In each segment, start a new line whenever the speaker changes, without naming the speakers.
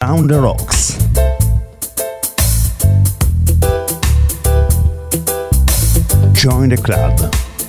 Down the Rocks. Join the club.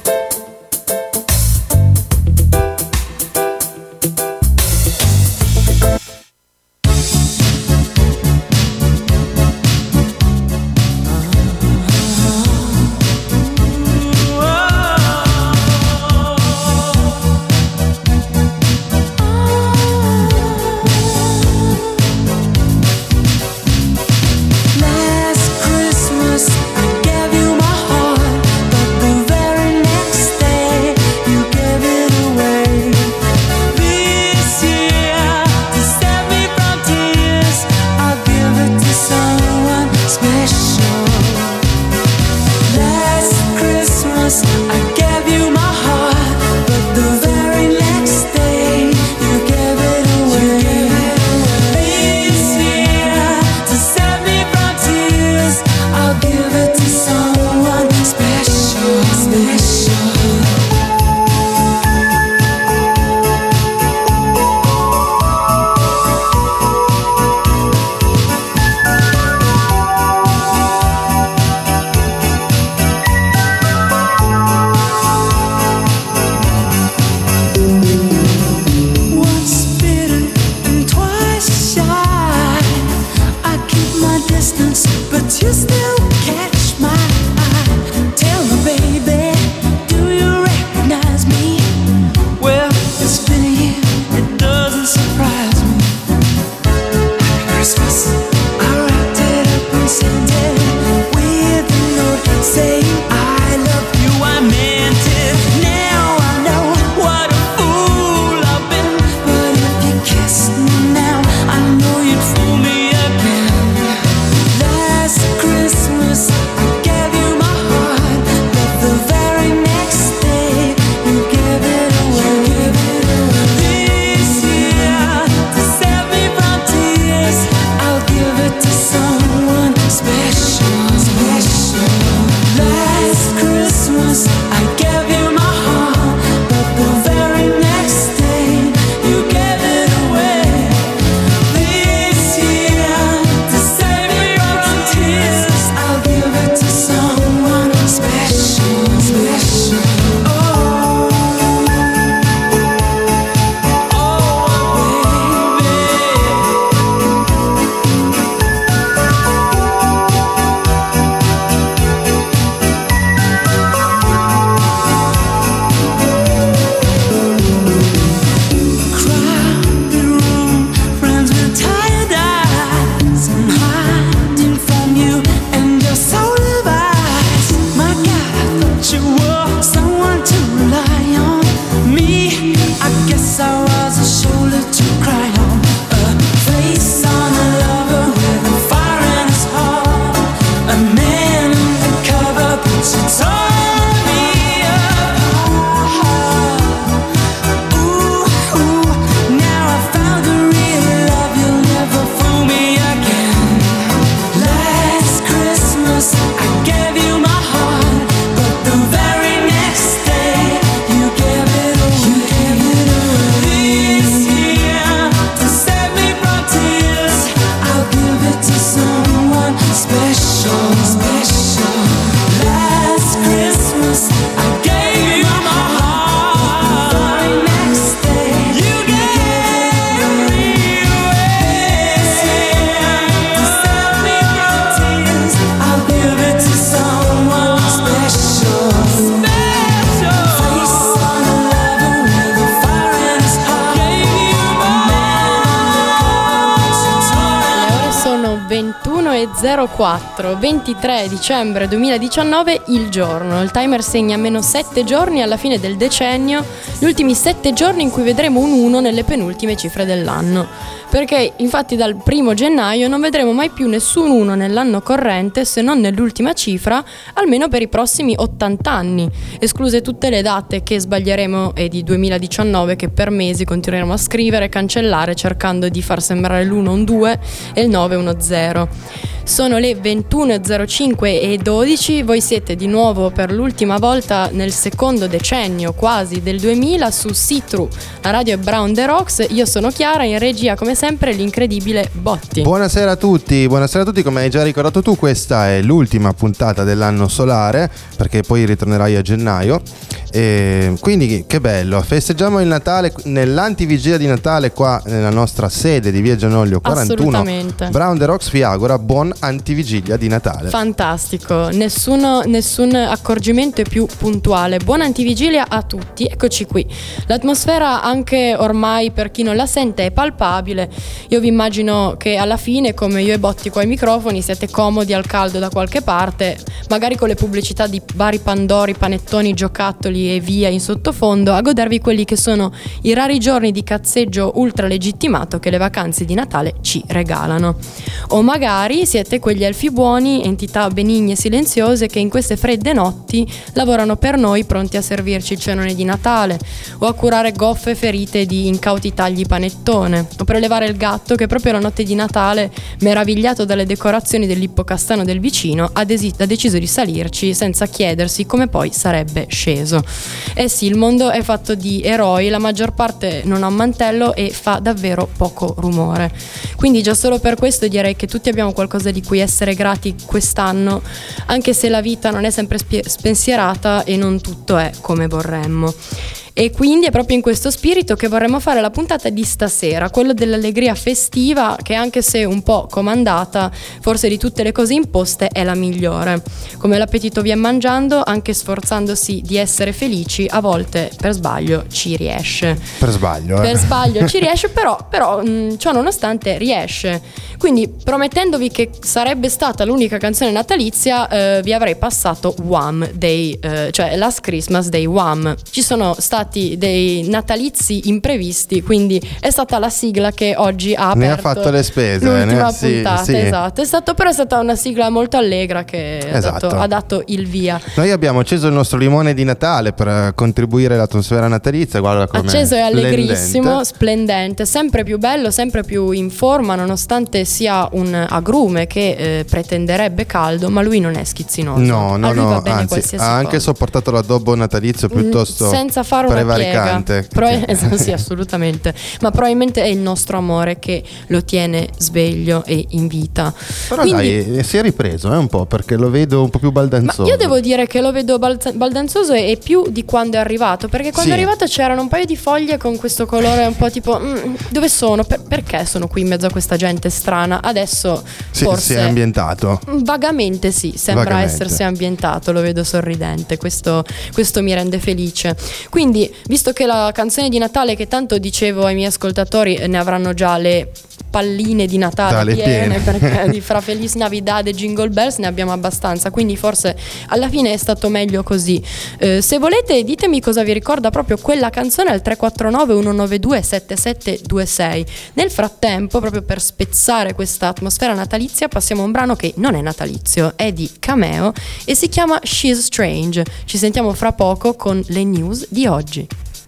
Sono 21:04, 23 dicembre 2019, il giorno. Il timer segna meno 7 giorni alla fine del decennio, gli ultimi 7 giorni in cui vedremo un 1 nelle penultime cifre dell'anno. Perché infatti dal 1 gennaio non vedremo mai più nessun 1 nell'anno corrente, se non nell'ultima cifra, almeno per i prossimi 80 anni, escluse tutte le date che sbaglieremo e di 2019 che per mesi continueremo a scrivere e cancellare cercando di far sembrare l'1 un 2 e il 9 uno 0. Sono le 21.05 e 12, voi siete di nuovo per l'ultima volta nel secondo decennio quasi del 2000 su See-Through, la radio è Brown The Rocks, io sono Chiara, in regia come sempre l'incredibile Botti.
Buonasera a tutti, come hai già ricordato tu questa è l'ultima puntata dell'anno solare perché poi ritornerai a gennaio. E quindi che bello, festeggiamo il Natale nell'antivigilia di Natale qua nella nostra sede di Via Gianoglio 41.
Assolutamente.
Brown The Rocks vi augura buon antivigilia di Natale.
Fantastico, nessun accorgimento è più puntuale. Buona antivigilia a tutti, eccoci qui. L'atmosfera anche ormai per chi non la sente è palpabile. Io vi immagino che alla fine, come io e Botti qua ai microfoni, siete comodi al caldo da qualche parte, magari con le pubblicità di vari pandori, panettoni, giocattoli e via in sottofondo, a godervi quelli che sono i rari giorni di cazzeggio ultra legittimato che le vacanze di Natale ci regalano. O magari siete quegli elfi buoni, entità benigne e silenziose che in queste fredde notti lavorano per noi, pronti a servirci il cenone di Natale, o a curare goffe ferite di incauti tagli panettone, o prelevare il gatto che proprio la notte di Natale, meravigliato dalle decorazioni dell'ippocastano del vicino, ha deciso di salirci senza chiedersi come poi sarebbe sceso. Eh sì, il mondo è fatto di eroi, la maggior parte non ha un mantello e fa davvero poco rumore. Quindi già solo per questo direi che tutti abbiamo qualcosa di cui essere grati quest'anno, anche se la vita non è sempre spensierata e non tutto è come vorremmo. E quindi è proprio in questo spirito che vorremmo fare la puntata di stasera, quello dell'allegria festiva che, anche se un po' comandata, forse di tutte le cose imposte è la migliore. Come l'appetito vien mangiando, anche sforzandosi di essere felici, a volte per sbaglio ci riesce.
Per sbaglio
Ci riesce, però ciò nonostante riesce. Quindi, promettendovi che sarebbe stata l'unica canzone natalizia, vi avrei passato Wham! Cioè Last Christmas dei Wham! Ci sono stati dei natalizi imprevisti, quindi è stata la sigla che oggi ha aperto,
ne ha fatto le spese,
l'ultima puntata,
sì.
Esatto, però è stata una sigla molto allegra che ha dato il via.
Noi abbiamo acceso il nostro limone di Natale per contribuire all'atmosfera natalizia, guarda come
acceso e allegrissimo, splendente, sempre più bello, sempre più in forma, nonostante sia un agrume che pretenderebbe caldo, ma lui non è schizzinoso.
No,
va bene,
anzi ha anche sopportato l'addobbo natalizio piuttosto
senza fare una
prevaricante.
Sì, assolutamente, ma probabilmente è il nostro amore che lo tiene sveglio e in vita.
Però dai, si è ripreso un po', perché lo vedo un po' più baldanzoso.
Ma io devo dire che lo vedo baldanzoso e più di quando è arrivato, perché quando è arrivato c'erano un paio di foglie con questo colore un po' tipo dove sono? Perché sono qui in mezzo a questa gente strana? Adesso forse
si è ambientato.
Vagamente sì, sembra essersi ambientato, lo vedo sorridente, questo mi rende felice. Quindi, visto che la canzone di Natale, che tanto dicevo ai miei ascoltatori, ne avranno già le palline di Natale piene perché di fra Feliz Navidad e Jingle Bells ne abbiamo abbastanza, quindi forse alla fine è stato meglio così. Se volete ditemi cosa vi ricorda proprio quella canzone al 349 192 7726. Nel frattempo, proprio per spezzare questa atmosfera natalizia, passiamo a un brano che non è natalizio, è di Cameo e si chiama She's Strange. Ci sentiamo fra poco con le news di oggi.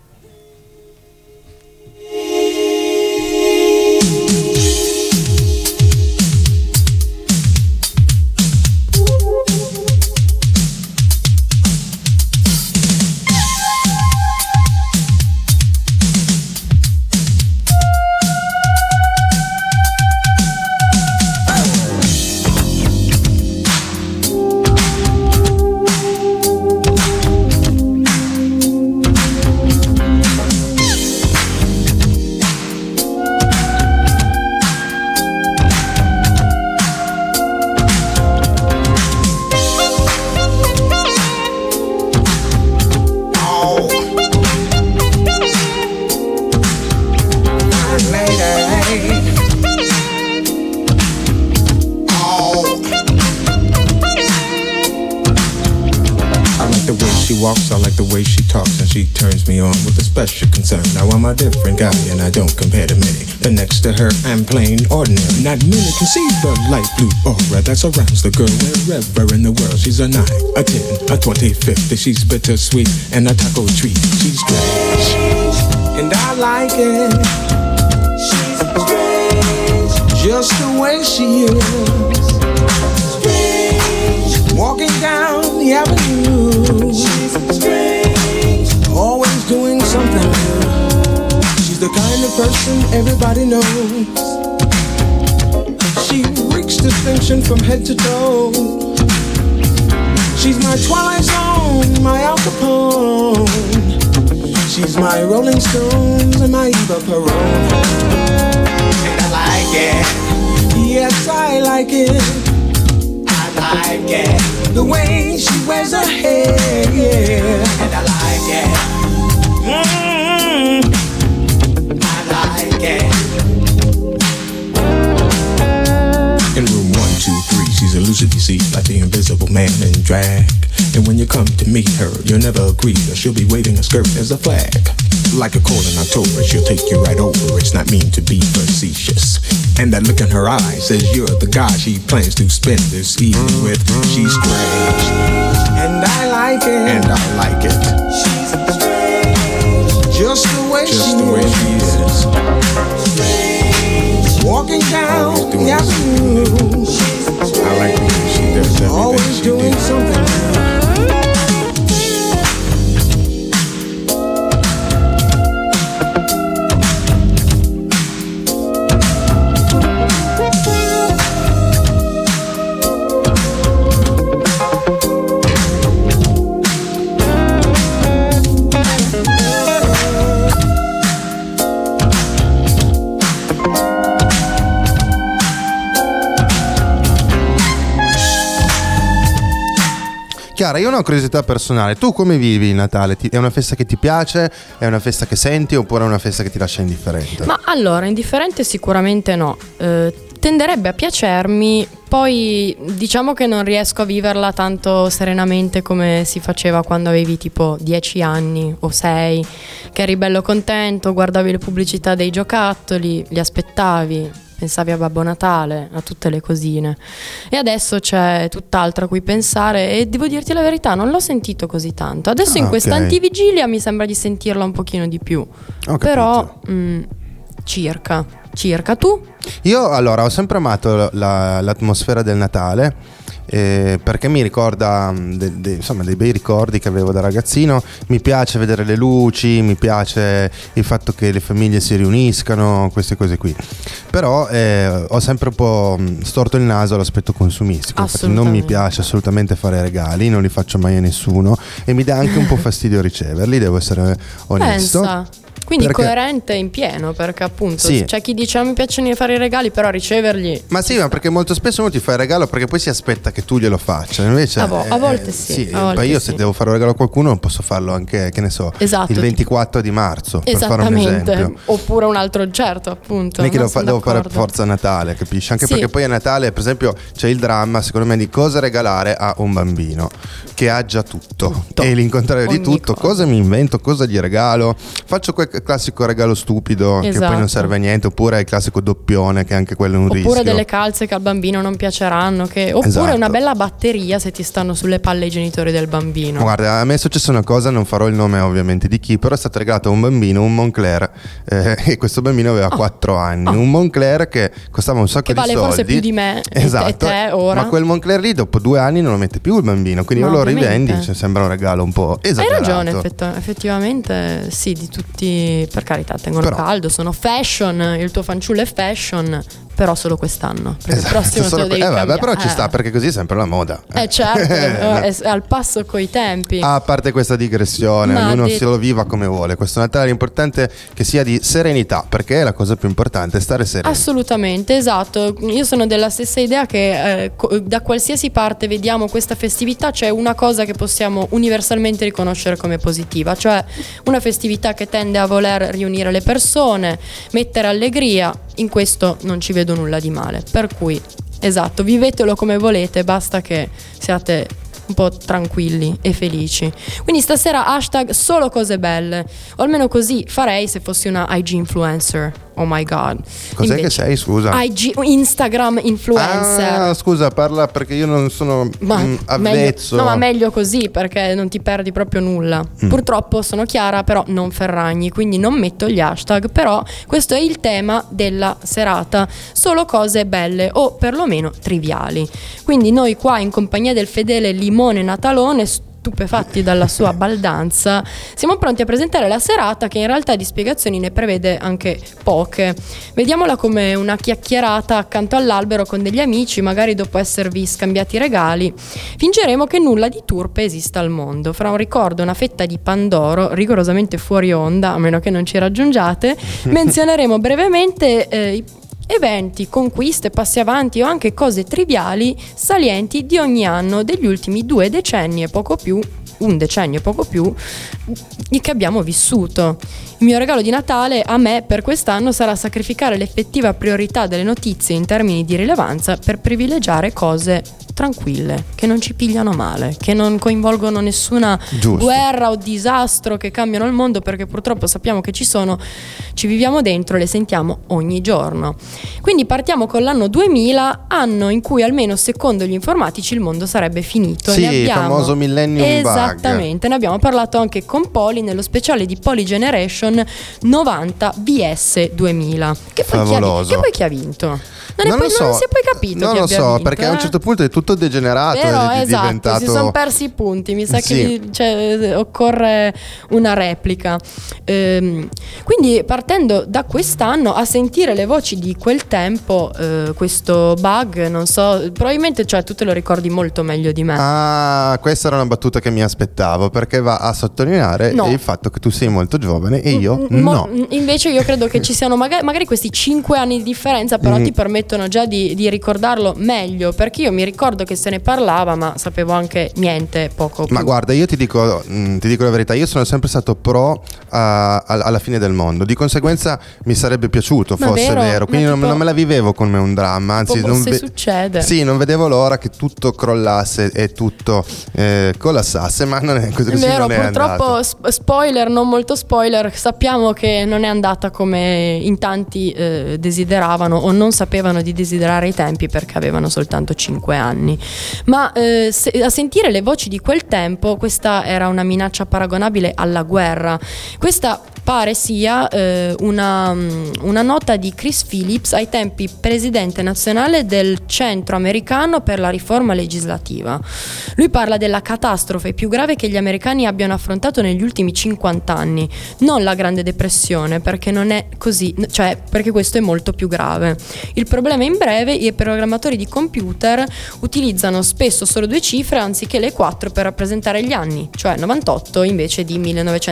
walks, I like the way she talks, and she turns me on with a special concern. Now I'm a different guy, and I don't compare to many. But next to her, I'm plain ordinary. Not many can see the light blue aura that surrounds the girl wherever in the world. She's a 9, a 10, a 20, 50. She's bittersweet and a taco treat. She's strange, and I like it. She's strange, just the way she is. the avenue. She's strange, always doing something new. She's the kind of person everybody knows. She reeks distinction from head to toe. She's my Twilight Zone, my Al Capone. She's my Rolling Stones and my Eva Peron. And I like it. Yes, I like it. I like it. The way she wears her hair, yeah. And I like it. I like it. In room 123, she's elusive, you see, like the invisible man in drag. And when you come to meet her, you'll never agree, or she'll be waving a skirt as a flag. Like a cold in October, she'll take you right over. It's not mean to be facetious. And that look in her eye says you're the guy she plans to spend this evening with. She's strange, and I like it. And I like it. She's strange, just the way she is. Strange, walking down the avenue. I like the way she does everything. Always she doing something new.
Chiara, io ho una curiosità personale. Tu come vivi il Natale? È una festa che ti piace? È una festa che senti? Oppure è una festa che ti lascia indifferente?
Ma allora, indifferente sicuramente no. Tenderebbe a piacermi, poi diciamo che non riesco a viverla tanto serenamente come si faceva quando avevi tipo 10 anni o 6, che eri bello contento, guardavi le pubblicità dei giocattoli, li aspettavi, pensavi a Babbo Natale, a tutte le cosine. E adesso c'è tutt'altro a cui pensare e devo dirti la verità, non l'ho sentito così tanto. Adesso in questa antivigilia mi sembra di sentirla un pochino di più. Però circa. Tu?
Io allora ho sempre amato l'atmosfera del Natale. Perché mi ricorda insomma dei bei ricordi che avevo da ragazzino. Mi piace vedere le luci, mi piace il fatto che le famiglie si riuniscano, queste cose qui. Però ho sempre un po' storto il naso all'aspetto consumistico. Infatti non mi piace assolutamente fare regali, non li faccio mai a nessuno e mi dà anche un po' fastidio riceverli, devo essere onesto.
Pensa. Quindi coerente in pieno, perché appunto c'è chi dice mi piacciono fare i regali, però riceverli.
Ma sì, ma perché molto spesso uno ti fa il regalo perché poi si aspetta che tu glielo faccia. Invece
a volte sì.
Ma io se devo fare un regalo a qualcuno non posso farlo anche, che ne so, il 24 di marzo, per fare un esempio.
Oppure un altro certo, appunto.
Non è che devo fare per forza a Natale, capisci? Anche perché poi a Natale, per esempio, c'è il dramma, secondo me, di cosa regalare a un bambino che ha già tutto. E l'incontrario di tutto, cosa mi invento, cosa gli regalo. Faccio quel classico regalo stupido che poi non serve a niente, oppure il classico doppione che anche quello è un rischio.
Oppure delle calze che al bambino non piaceranno, oppure una bella batteria se ti stanno sulle palle i genitori del bambino.
Guarda, a me è successa una cosa, non farò il nome ovviamente di chi, però è stato regalato a un bambino un Moncler e questo bambino aveva 4 anni, un Moncler che costava un sacco di soldi,
che vale forse più di me e te ora.
Ma quel Moncler lì dopo 2 anni non lo mette più il bambino, quindi lo rivendi, sembra un regalo un po' esagerato.
Hai ragione, effettivamente sì, di tutti, per carità, tengono caldo, sono fashion, il tuo fanciullo è fashion, però solo quest'anno, perché il prossimo te lo devi cambiare.
Però ci sta, perché così è sempre la moda.
Certo, è al passo coi tempi.
A parte questa digressione, ognuno se lo viva come vuole. Questo Natale è importante che sia di serenità, perché è la cosa più importante, stare sereni.
Assolutamente, esatto. Io sono della stessa idea che da qualsiasi parte vediamo questa festività c'è una cosa che possiamo universalmente riconoscere come positiva, cioè una festività che tende a voler riunire le persone, mettere allegria. In questo non ci vedo nulla di male, per cui esatto, vivetelo come volete, basta che siate un po' tranquilli e felici. Quindi stasera # solo cose belle, o almeno così farei se fossi una IG influencer. oh my god.
Cos'è
Invece,
che sei, scusa?
Instagram influencer.
Scusa, parla perché io non sono avvezzo.
Ma meglio così, perché non ti perdi proprio nulla. Purtroppo sono Chiara, però non Ferragni, quindi non metto gli hashtag, però questo è il tema della serata, solo cose belle o perlomeno triviali. Quindi noi qua in compagnia del fedele Limone Natalone, stupefatti dalla sua baldanza, siamo pronti a presentare la serata, che in realtà di spiegazioni ne prevede anche poche. Vediamola come una chiacchierata accanto all'albero con degli amici, magari dopo esservi scambiati regali. Fingeremo che nulla di turpe esista al mondo. Fra un ricordo e una fetta di pandoro, rigorosamente fuori onda, a meno che non ci raggiungiate, menzioneremo brevemente eventi, conquiste, passi avanti o anche cose triviali salienti di ogni anno degli ultimi 2 decenni e poco più, un decennio e poco più, che abbiamo vissuto. Il mio regalo di Natale a me per quest'anno sarà sacrificare l'effettiva priorità delle notizie in termini di rilevanza per privilegiare cose tranquille, che non ci pigliano male, che non coinvolgono nessuna guerra o disastro che cambiano il mondo, perché purtroppo sappiamo che ci sono, ci viviamo dentro e le sentiamo ogni giorno. Quindi partiamo con l'anno 2000, anno in cui almeno secondo gli informatici il mondo sarebbe finito.
Sì, il famoso Millennium Bug.
Esattamente, ne abbiamo parlato anche con Poli nello speciale di Poly Generation 90 vs 2000. Che poi chi ha vinto? Non si è poi capito.
Non
chi
lo
abbia
so,
vinto,
perché a un certo punto è tutto degenerato.
Però
è
esatto,
diventato...
si sono persi i punti. Mi sa
sì,
che occorre una replica. Quindi partendo da quest'anno, a sentire le voci di quel tempo, questo bug, non so, probabilmente tu te lo ricordi molto meglio di me.
Ah, questa era una battuta che mi aspettavo, perché va a sottolineare il fatto che tu sei molto giovane e io no.
Invece io credo che ci siano magari questi 5 anni di differenza, però ti permettono già di ricordarlo meglio, perché io mi ricordo che se ne parlava, ma sapevo anche niente, poco più.
Ma guarda, io ti dico la verità, io sono sempre stato pro alla fine del mondo, di conseguenza mi sarebbe piaciuto fosse vero, quindi non me la vivevo come un dramma, anzi
se succede.
Sì, non vedevo l'ora che tutto crollasse e tutto collassasse, ma non è così. È vero, non è
purtroppo
andato.
Spoiler, non molto spoiler, sappiamo che non è andata come in tanti desideravano o non sapevano di desiderare i tempi, perché avevano soltanto 5 anni. Ma a sentire le voci di quel tempo, questa era una minaccia paragonabile alla guerra. Questa pare sia una nota di Chris Phillips, ai tempi presidente nazionale del Centro Americano per la Riforma Legislativa. Lui parla della catastrofe più grave che gli americani abbiano affrontato negli ultimi 50 anni, non la Grande Depressione, perché non è così, cioè perché questo è molto più grave. Il problema in breve: i programmatori di computer utilizzano spesso solo 2 cifre anziché le 4 per rappresentare gli anni, cioè 98 invece di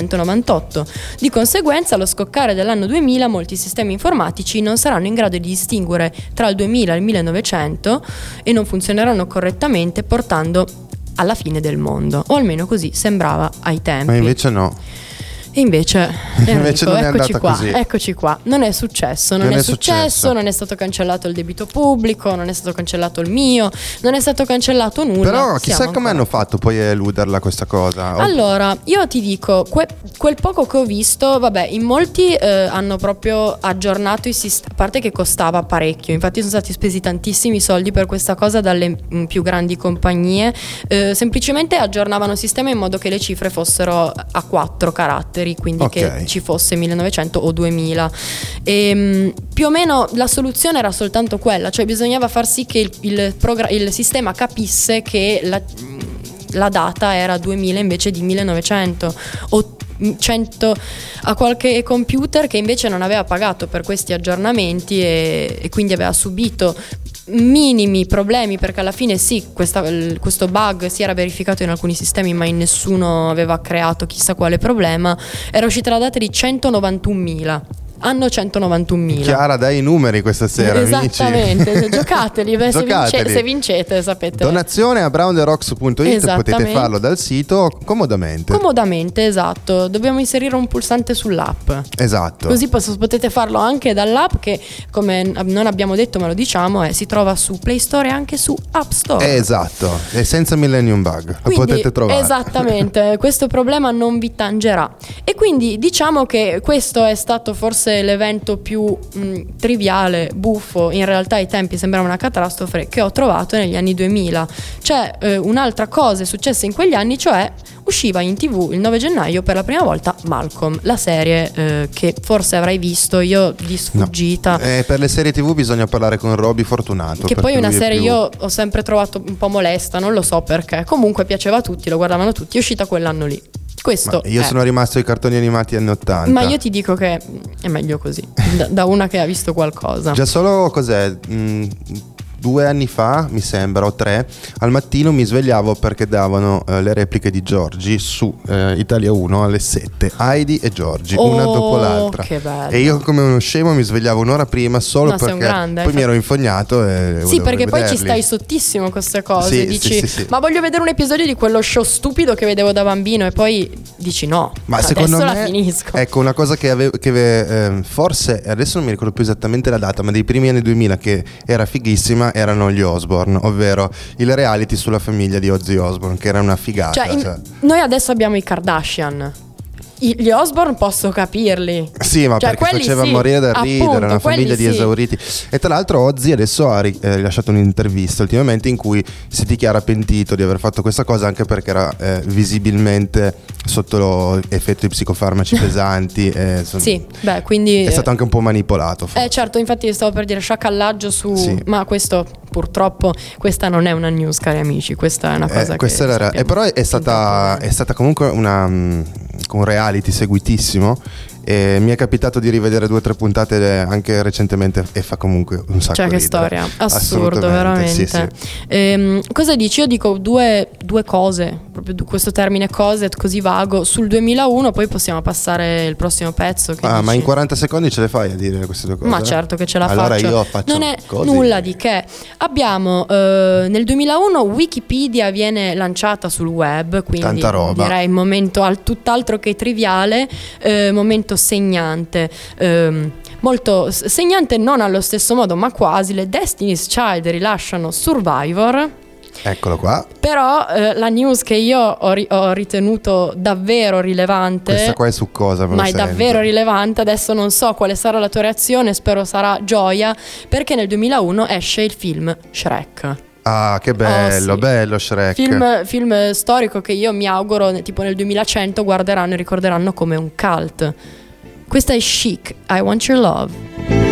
1998. Di conseguenza, allo scoccare dell'anno 2000 molti sistemi informatici non saranno in grado di distinguere tra il 2000 e il 1900 e non funzioneranno correttamente, portando alla fine del mondo, o almeno così sembrava ai tempi.
Ma invece no.
E invece
non è andata così.
Eccoci qua. Non è successo, non è successo, non è stato cancellato il debito pubblico, non è stato cancellato il mio, non è stato cancellato nulla.
Però chissà come hanno fatto poi a eluderla questa cosa.
Allora, io ti dico, quel poco che ho visto, vabbè, in molti hanno proprio aggiornato i sistemi, a parte che costava parecchio, infatti sono stati spesi tantissimi soldi per questa cosa dalle più grandi compagnie, semplicemente aggiornavano il sistema in modo che le cifre fossero a 4 caratteri, quindi che ci fosse 1900 o 2000, e più o meno la soluzione era soltanto quella, cioè bisognava far sì che il sistema capisse che la data era 2000 invece di 1900 o 100 a qualche computer che invece non aveva pagato per questi aggiornamenti e quindi aveva subito minimi problemi, perché alla fine sì, questo bug si era verificato in alcuni sistemi, ma in nessuno aveva creato chissà quale problema. Era uscita la data di 191.000. Anno 191.000.
Chiara, dai i numeri questa sera.
Esattamente,
amici.
Giocateli, se vincete sapete.
Donazione a brownderocks.it, potete farlo dal sito comodamente,
esatto. Dobbiamo inserire un pulsante sull'app,
esatto,
così potete farlo anche dall'app, che come non abbiamo detto ma lo diciamo, si trova su Play Store e anche su App Store.
Esatto, e senza Millennium Bug
quindi,
lo potete trovare.
Esattamente, questo problema non vi tangerà. E quindi diciamo che questo è stato forse forse l'evento più triviale, buffo, in realtà ai tempi sembrava una catastrofe, che ho trovato negli anni 2000. C'è un'altra cosa successa in quegli anni, cioè usciva in TV il 9 gennaio per la prima volta Malcolm, la serie che forse avrai visto, io di sfuggita.
No. Per le serie TV bisogna parlare con Roby Fortunato.
Che poi è una serie
più...
io ho sempre trovato un po' molesta, non lo so perché. Comunque piaceva a tutti, lo guardavano tutti, è uscita quell'anno lì. Questo
io sono rimasto ai cartoni animati anni 80.
Ma io ti dico che è meglio così, da una che ha visto qualcosa.
Già solo cos'è? 2 anni fa, mi sembra, o 3, al mattino mi svegliavo perché davano le repliche di Giorgi su Italia 1 alle 7. Heidi e Giorgi, una dopo l'altra.
Che bello.
E io come uno scemo mi svegliavo un'ora prima solo perché
grande,
poi mi ero infognato e
sì, perché poi
vederli.
ci stai sottissimo con queste cose.
Sì,
dici
sì.
ma voglio vedere un episodio di quello show stupido che vedevo da bambino, e poi dici no,
Ma
adesso
secondo me,
la finisco.
ecco, una cosa forse adesso non mi ricordo più esattamente la data, ma dei primi anni 2000 che era fighissima erano gli Osborne, ovvero il reality sulla famiglia di Ozzy Osbourne, che era una figata.
Noi adesso abbiamo i Kardashian. Gli Osborne posso capirli.
Sì, ma perché faceva morire da ridere,
appunto,
una famiglia di esauriti. E tra l'altro Ozzy adesso ha rilasciato un'intervista ultimamente in cui si dichiara pentito di aver fatto questa cosa, anche perché era visibilmente sotto l'effetto di psicofarmaci pesanti.
Sì, beh, quindi
è stato anche un po' manipolato.
Certo, infatti stavo per dire sciacallaggio su...
Sì.
Ma questo purtroppo, questa non è una news, cari amici, questa è una cosa
questa
che
era, e però è stata comunque un reality seguitissimo, e mi è capitato di rivedere 2 o 3 puntate anche recentemente e fa comunque un sacco ridere.
Che storia, assurdo, veramente.
Sì.
Cosa dici? Io dico due cose, proprio questo termine cose così vago sul 2001, poi possiamo passare il prossimo pezzo.
Ma in 40 secondi ce le fai a dire queste 2 cose?
Ma certo che ce la
allora
faccio.
Io faccio
non è
così.
Nulla di che. Abbiamo nel 2001 Wikipedia viene lanciata sul web, quindi
tanta roba.
Direi un momento tutt'altro che triviale, momento segnante, molto segnante, non allo stesso modo ma quasi. Le Destiny's Child rilasciano Survivor.
Eccolo qua.
Però la news che io ho ritenuto davvero rilevante,
questa qua è su cosa?
Ma è davvero rilevante. Adesso non so quale sarà la tua reazione, spero sarà gioia, perché nel 2001 esce il film Shrek.
Ah, che bello,
sì.
Bello Shrek.
Film storico che io mi auguro tipo nel 2100 guarderanno e ricorderanno come un cult. Questa è Chic, I Want Your Love.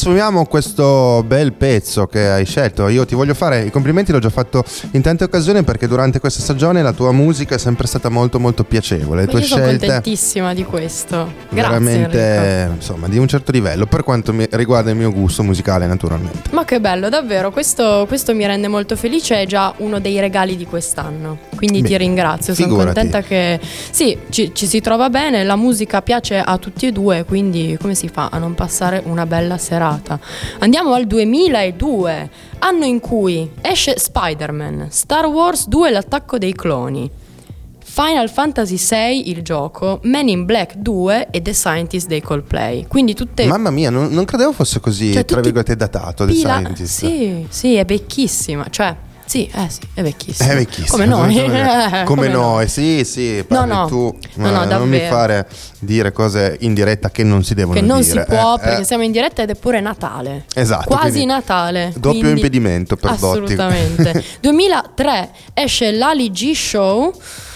riassumiamo questo bel pezzo che hai scelto. Io ti voglio fare i complimenti, l'ho già fatto in tante occasioni, perché durante questa stagione la tua musica è sempre stata molto molto piacevole. Le tue
Io sono
scelte
contentissima di questo. Grazie,
veramente,
Enrico.
insomma, di un certo livello, per quanto mi riguarda il mio gusto musicale, naturalmente.
Ma che bello, davvero, questo mi rende molto felice, è già uno dei regali di quest'anno, quindi ti
Bene,
ringrazio, sono
figurati.
contenta che sì, ci si trova bene, la musica piace a tutti e due, quindi come si fa a non passare una bella serata? Andiamo al 2002, anno in cui esce Spider-Man, Star Wars 2 l'attacco dei cloni, Final Fantasy VI il gioco, Men in Black 2 e The Scientist dei Coldplay. Quindi tutte...
Mamma mia, non credevo fosse così,
Cioè,
tra
tutti
virgolette, datato The
pila-
Scientist.
Sì, è vecchissima, cioè sì, è vecchissima.
È vecchissimo.
Come noi.
Come noi, sì, parli
no.
tu.
No,
Non mi
davvero.
fare dire cose in diretta che non si devono
Che
dire.
non si può perché siamo in diretta ed è pure Natale.
Esatto,
Quasi
quindi
Natale.
doppio
quindi-
impedimento per Botti.
Assolutamente. 2003 esce l'Ali G Show.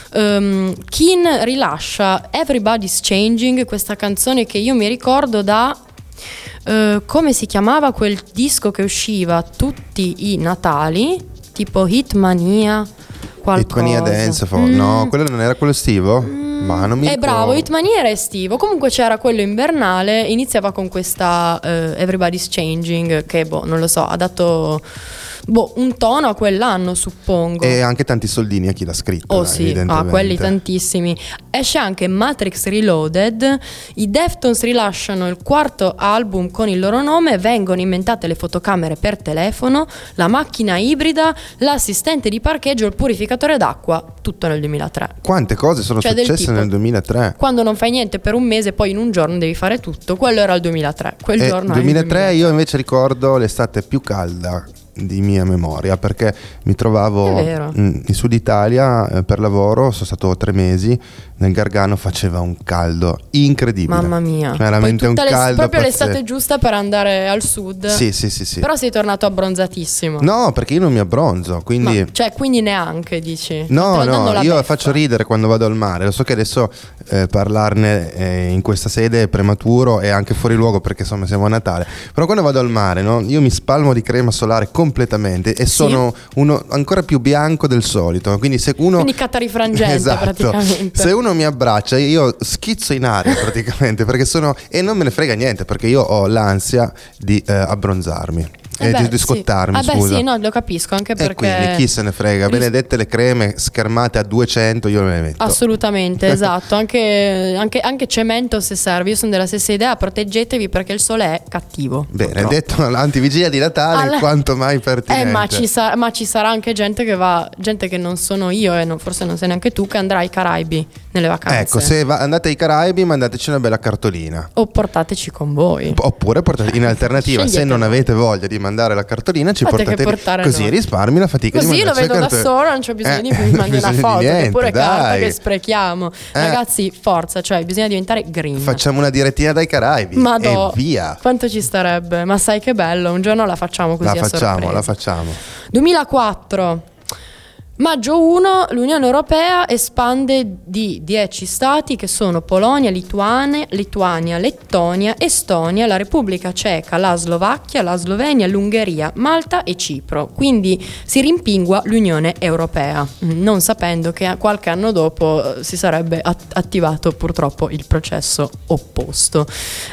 Keen rilascia Everybody's Changing, questa canzone che io mi ricordo da come si chiamava quel disco che usciva tutti i Natali, tipo Hitmania qualcosa.
Hitmania Dance, no, quello non era quello estivo? Ma non mi ricordo.
Bravo, Hitmania era estivo. Comunque c'era quello invernale. Iniziava con questa Everybody's Changing, che non lo so, ha dato un tono a quell'anno, suppongo.
E anche tanti soldini a chi l'ha scritto.
Oh sì, quelli tantissimi. Esce anche Matrix Reloaded. I Deftones rilasciano il quarto album con il loro nome. Vengono inventate le fotocamere per telefono, la macchina ibrida, l'assistente di parcheggio, il purificatore d'acqua. Tutto nel 2003.
Quante cose sono
Cioè, del
successe
tipo,
nel 2003?
Quando non fai niente per un mese, poi in un giorno devi fare tutto. Quello era il 2003. Quel giorno
2003 io invece ricordo l'estate più calda di mia memoria, perché mi trovavo
È vero.
in Sud Italia per lavoro, sono stato 3 mesi nel Gargano, faceva un caldo incredibile.
Mamma mia.
Veramente
Poi
un caldo
proprio
pazzesco.
l'estate giusta per andare al sud.
Sì.
Però sei tornato abbronzatissimo.
No, perché io non mi abbronzo, quindi
quindi neanche dici.
No,
Dando la
io
beffa.
faccio ridere quando vado al mare. Lo so che adesso parlarne in questa sede è prematuro e anche fuori luogo, perché insomma siamo a Natale. Però quando vado al mare, no, io mi spalmo di crema solare completamente e sono uno ancora più bianco del solito. Quindi se uno
Quindi catarifrangente
esatto,
praticamente.
se uno mi abbraccia io schizzo in aria praticamente, perché sono, e non me ne frega niente, perché io ho l'ansia di abbronzarmi. Di scottarmi, scusa.
Sì, no, lo capisco, anche
E
perché
quindi chi se ne frega, benedette le creme schermate a 200, io me le metto.
assolutamente, esatto. Anche cemento se serve. Io sono della stessa idea, proteggetevi perché il sole è cattivo.
Bene,
purtroppo.
detto l'antivigilia di Natale, quanto mai pertinente.
Ma ci sarà anche gente che non sono io e forse non sei neanche tu, che andrà ai Caraibi nelle vacanze.
Ecco, se andate ai Caraibi, mandateci una bella cartolina.
O portateci con voi.
Oppure portate in alternativa, se
Scegliete
non
voi.
avete voglia di mandare la cartolina, ci
Fate che
portate
portare
così
noi.
risparmi la fatica di
Così lo
mandarci
vedo
la
da
cartolina.
solo, non c'è bisogno di
non
mandare una
bisogno di
foto, che
niente,
pure carta
dai.
che sprechiamo. Ragazzi, forza, cioè bisogna diventare green.
Facciamo una direttina dai Caraibi
Madò,
e via.
quanto ci starebbe. Ma sai che bello, un giorno la facciamo così a sorpresa.
La facciamo.
2004. Maggio 1, l'Unione Europea espande di 10 stati che sono Polonia, Lituania, Lettonia, Estonia, la Repubblica Ceca, la Slovacchia, la Slovenia, l'Ungheria, Malta e Cipro. Quindi si rimpingua l'Unione Europea, non sapendo che qualche anno dopo si sarebbe attivato purtroppo il processo opposto.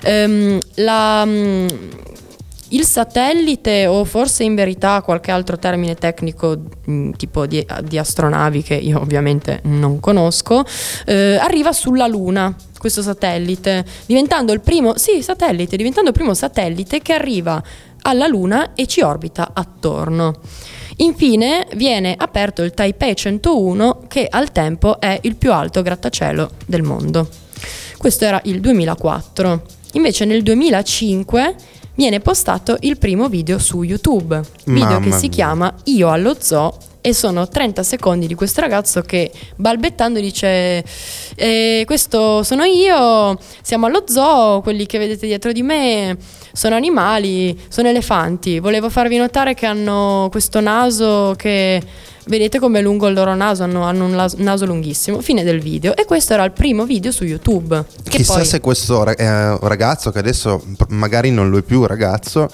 Il satellite, o forse in verità qualche altro termine tecnico tipo di astronavi che io ovviamente non conosco, arriva sulla Luna, questo satellite, diventando il primo satellite che arriva alla Luna e ci orbita attorno. Infine viene aperto il Taipei 101, che al tempo è il più alto grattacielo del mondo. Questo era il 2004. Invece nel 2005 viene postato il primo video su YouTube, che si chiama Io allo zoo, e sono 30 secondi di questo ragazzo che balbettando dice questo sono io, siamo allo zoo, quelli che vedete dietro di me sono animali, sono elefanti, volevo farvi notare che hanno questo naso che vedete com'è lungo il loro naso, hanno un naso lunghissimo. Fine del video. E questo era il primo video su YouTube.
Chissà
poi...
se questo ragazzo, che adesso magari non lo è più ragazzo,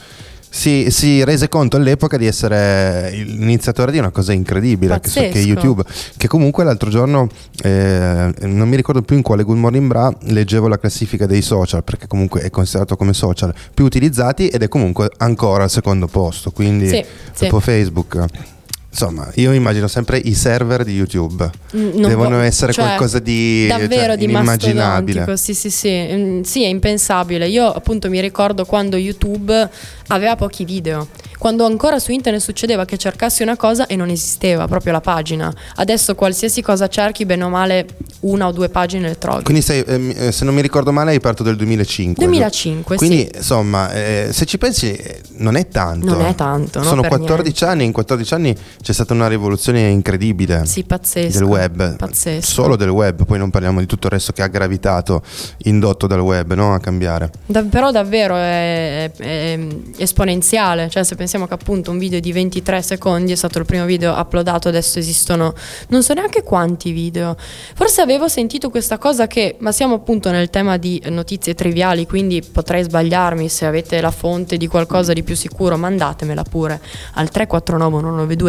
si rese conto all'epoca di essere l'iniziatore di una cosa incredibile che è YouTube, che comunque l'altro giorno non mi ricordo più in quale Good Morning Bra leggevo la classifica dei social, perché comunque è considerato come social più utilizzati ed è comunque ancora al secondo posto, quindi dopo Facebook. Insomma, io immagino sempre i server di YouTube devono essere qualcosa di
davvero di
inimmaginabile.
Sì, è impensabile. Io appunto mi ricordo quando YouTube aveva pochi video, quando ancora su internet succedeva che cercassi una cosa e non esisteva proprio la pagina. Adesso qualsiasi cosa cerchi, bene o male, 1 o 2 pagine le trovi.
Quindi se non mi ricordo male hai aperto del 2005.
2005,
quindi insomma, se ci pensi non è tanto.
Non è tanto,
sono 14 anni, in 14 anni c'è stata una rivoluzione incredibile.
Sì, pazzesco.
Del web.
Pazzesco.
Solo del web, poi non parliamo di tutto il resto che ha gravitato indotto dal web, no? A cambiare.
Però davvero è esponenziale, cioè se pensiamo che appunto un video di 23 secondi è stato il primo video uploadato, adesso esistono non so neanche quanti video. Forse avevo sentito questa cosa ma siamo appunto nel tema di notizie triviali, quindi potrei sbagliarmi. Se avete la fonte di qualcosa di più sicuro mandatemela pure al 349 192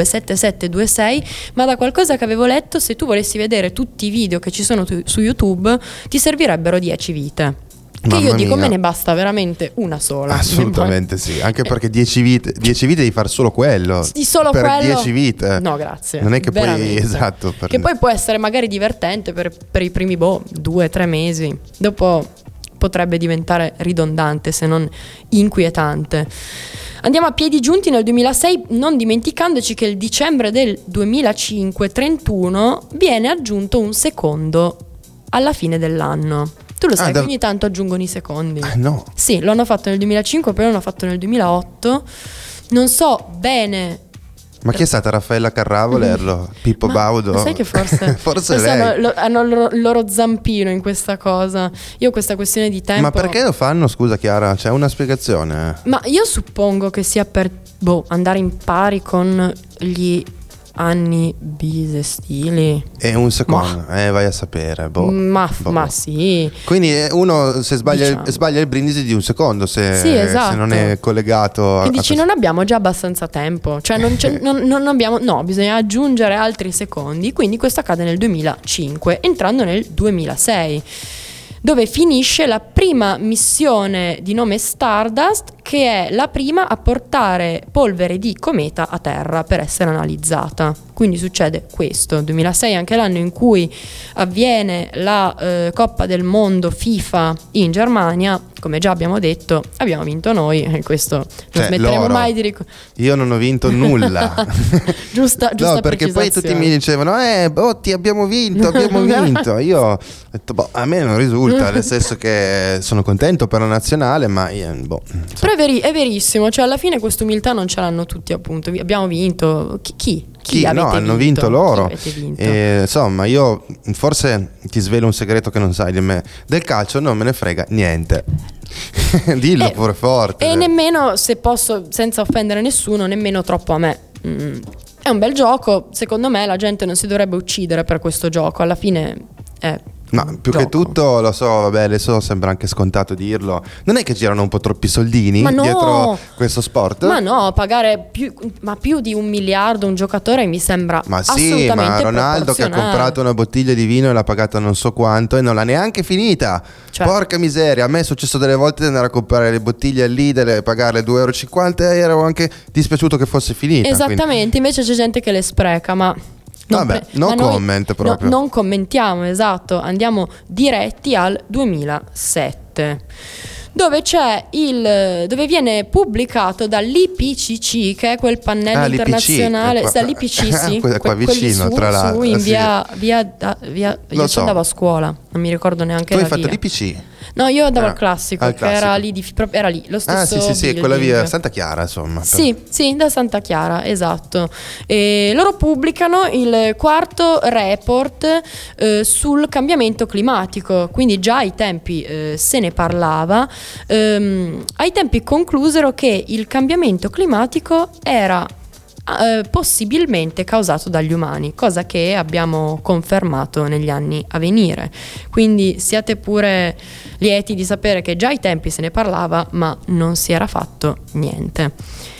7726, ma da qualcosa che avevo letto, se tu volessi vedere tutti i video che ci sono su YouTube ti servirebbero 10 vite. Che
Mamma
io dico
mia.
me ne basta veramente una sola.
Assolutamente sì, anche perché 10 vite devi fare solo quello.
Di solo
per
quello?
10 vite.
No, grazie.
Non è che
veramente.
poi esatto.
Che poi può essere magari divertente per i primi 2-3 mesi. Dopo potrebbe diventare ridondante, se non inquietante. Andiamo a piedi giunti nel 2006, non dimenticandoci che il dicembre del 2005, 31, viene aggiunto un secondo alla fine dell'anno. Tu lo sai che ogni tanto aggiungono i secondi?
No.
Sì, lo hanno fatto nel 2005, poi l'hanno fatto nel 2008. Non so bene.
Ma chi è stata Raffaella Carrà a volerlo? Pippo Baudo?
Ma sai che forse
lei
hanno il loro zampino in questa cosa. Io questa questione di tempo.
Ma perché lo fanno? Scusa Chiara, c'è una spiegazione?
Ma io suppongo che sia per andare in pari con gli anni bisestili.
È un secondo, vai a sapere.
Ma sì.
Quindi uno se sbaglia,
Diciamo.
sbaglia il brindisi di un secondo se,
Sì, esatto.
se non è collegato
E dici non abbiamo già abbastanza tempo, cioè non abbiamo, no, bisogna aggiungere altri secondi. Quindi questo accade nel 2005, entrando nel 2006, dove finisce la prima missione di nome Stardust, che è la prima a portare polvere di cometa a terra per essere analizzata. Quindi succede questo. 2006 è anche l'anno in cui avviene la Coppa del Mondo FIFA in Germania. Come già abbiamo detto, abbiamo vinto noi, e questo non smetteremo
loro.
mai di ricordare.
Io non ho vinto nulla.
giusta
No, perché poi tutti mi dicevano ti abbiamo vinto. Io ho detto a me non risulta, nel senso che sono contento per la nazionale, ma
Però è verissimo, cioè alla fine questa umiltà non ce l'hanno tutti, appunto. Abbiamo vinto. Chi
no, hanno vinto loro.
Chi avete vinto?
Insomma, io forse ti svelo un segreto che non sai di me. Del calcio non me ne frega niente. Dillo pure forte.
E nemmeno, se posso, senza offendere nessuno, nemmeno troppo a me. È un bel gioco, secondo me la gente non si dovrebbe uccidere per questo gioco. Alla fine è
ma più
gioco.
che tutto, lo so, vabbè, adesso sembra anche scontato dirlo. Non è che girano un po' troppi soldini dietro questo sport?
Ma no, pagare più di 1 miliardo un giocatore mi sembra assolutamente
ma Ronaldo che ha comprato una bottiglia di vino e l'ha pagata non so quanto e non l'ha neanche finita. Cioè, porca miseria, a me è successo delle volte di andare a comprare le bottiglie al Lidl e pagarle 2,50 € e ero anche dispiaciuto che fosse finita.
Esattamente, quindi. Invece c'è gente che le spreca, ma... Non commentiamo, esatto. Andiamo diretti al 2007, dove viene pubblicato dall'IPCC, che è quel pannello internazionale, dall'IPC, sì,
qua vicino, tra l'altro,
in via io ci andavo a scuola, non mi ricordo neanche
tu
la
hai fatto
via.
l'IPC?
No, io andavo al classico, che era lì lo stesso
sì, quella via Santa Chiara, insomma.
Sì, da Santa Chiara, esatto. E loro pubblicano il quarto report sul cambiamento climatico, quindi già ai tempi se ne parlava. Ai tempi conclusero che il cambiamento climatico era possibilmente causato dagli umani, cosa che abbiamo confermato negli anni a venire. Quindi siate pure lieti di sapere che già ai tempi se ne parlava, ma non si era fatto niente.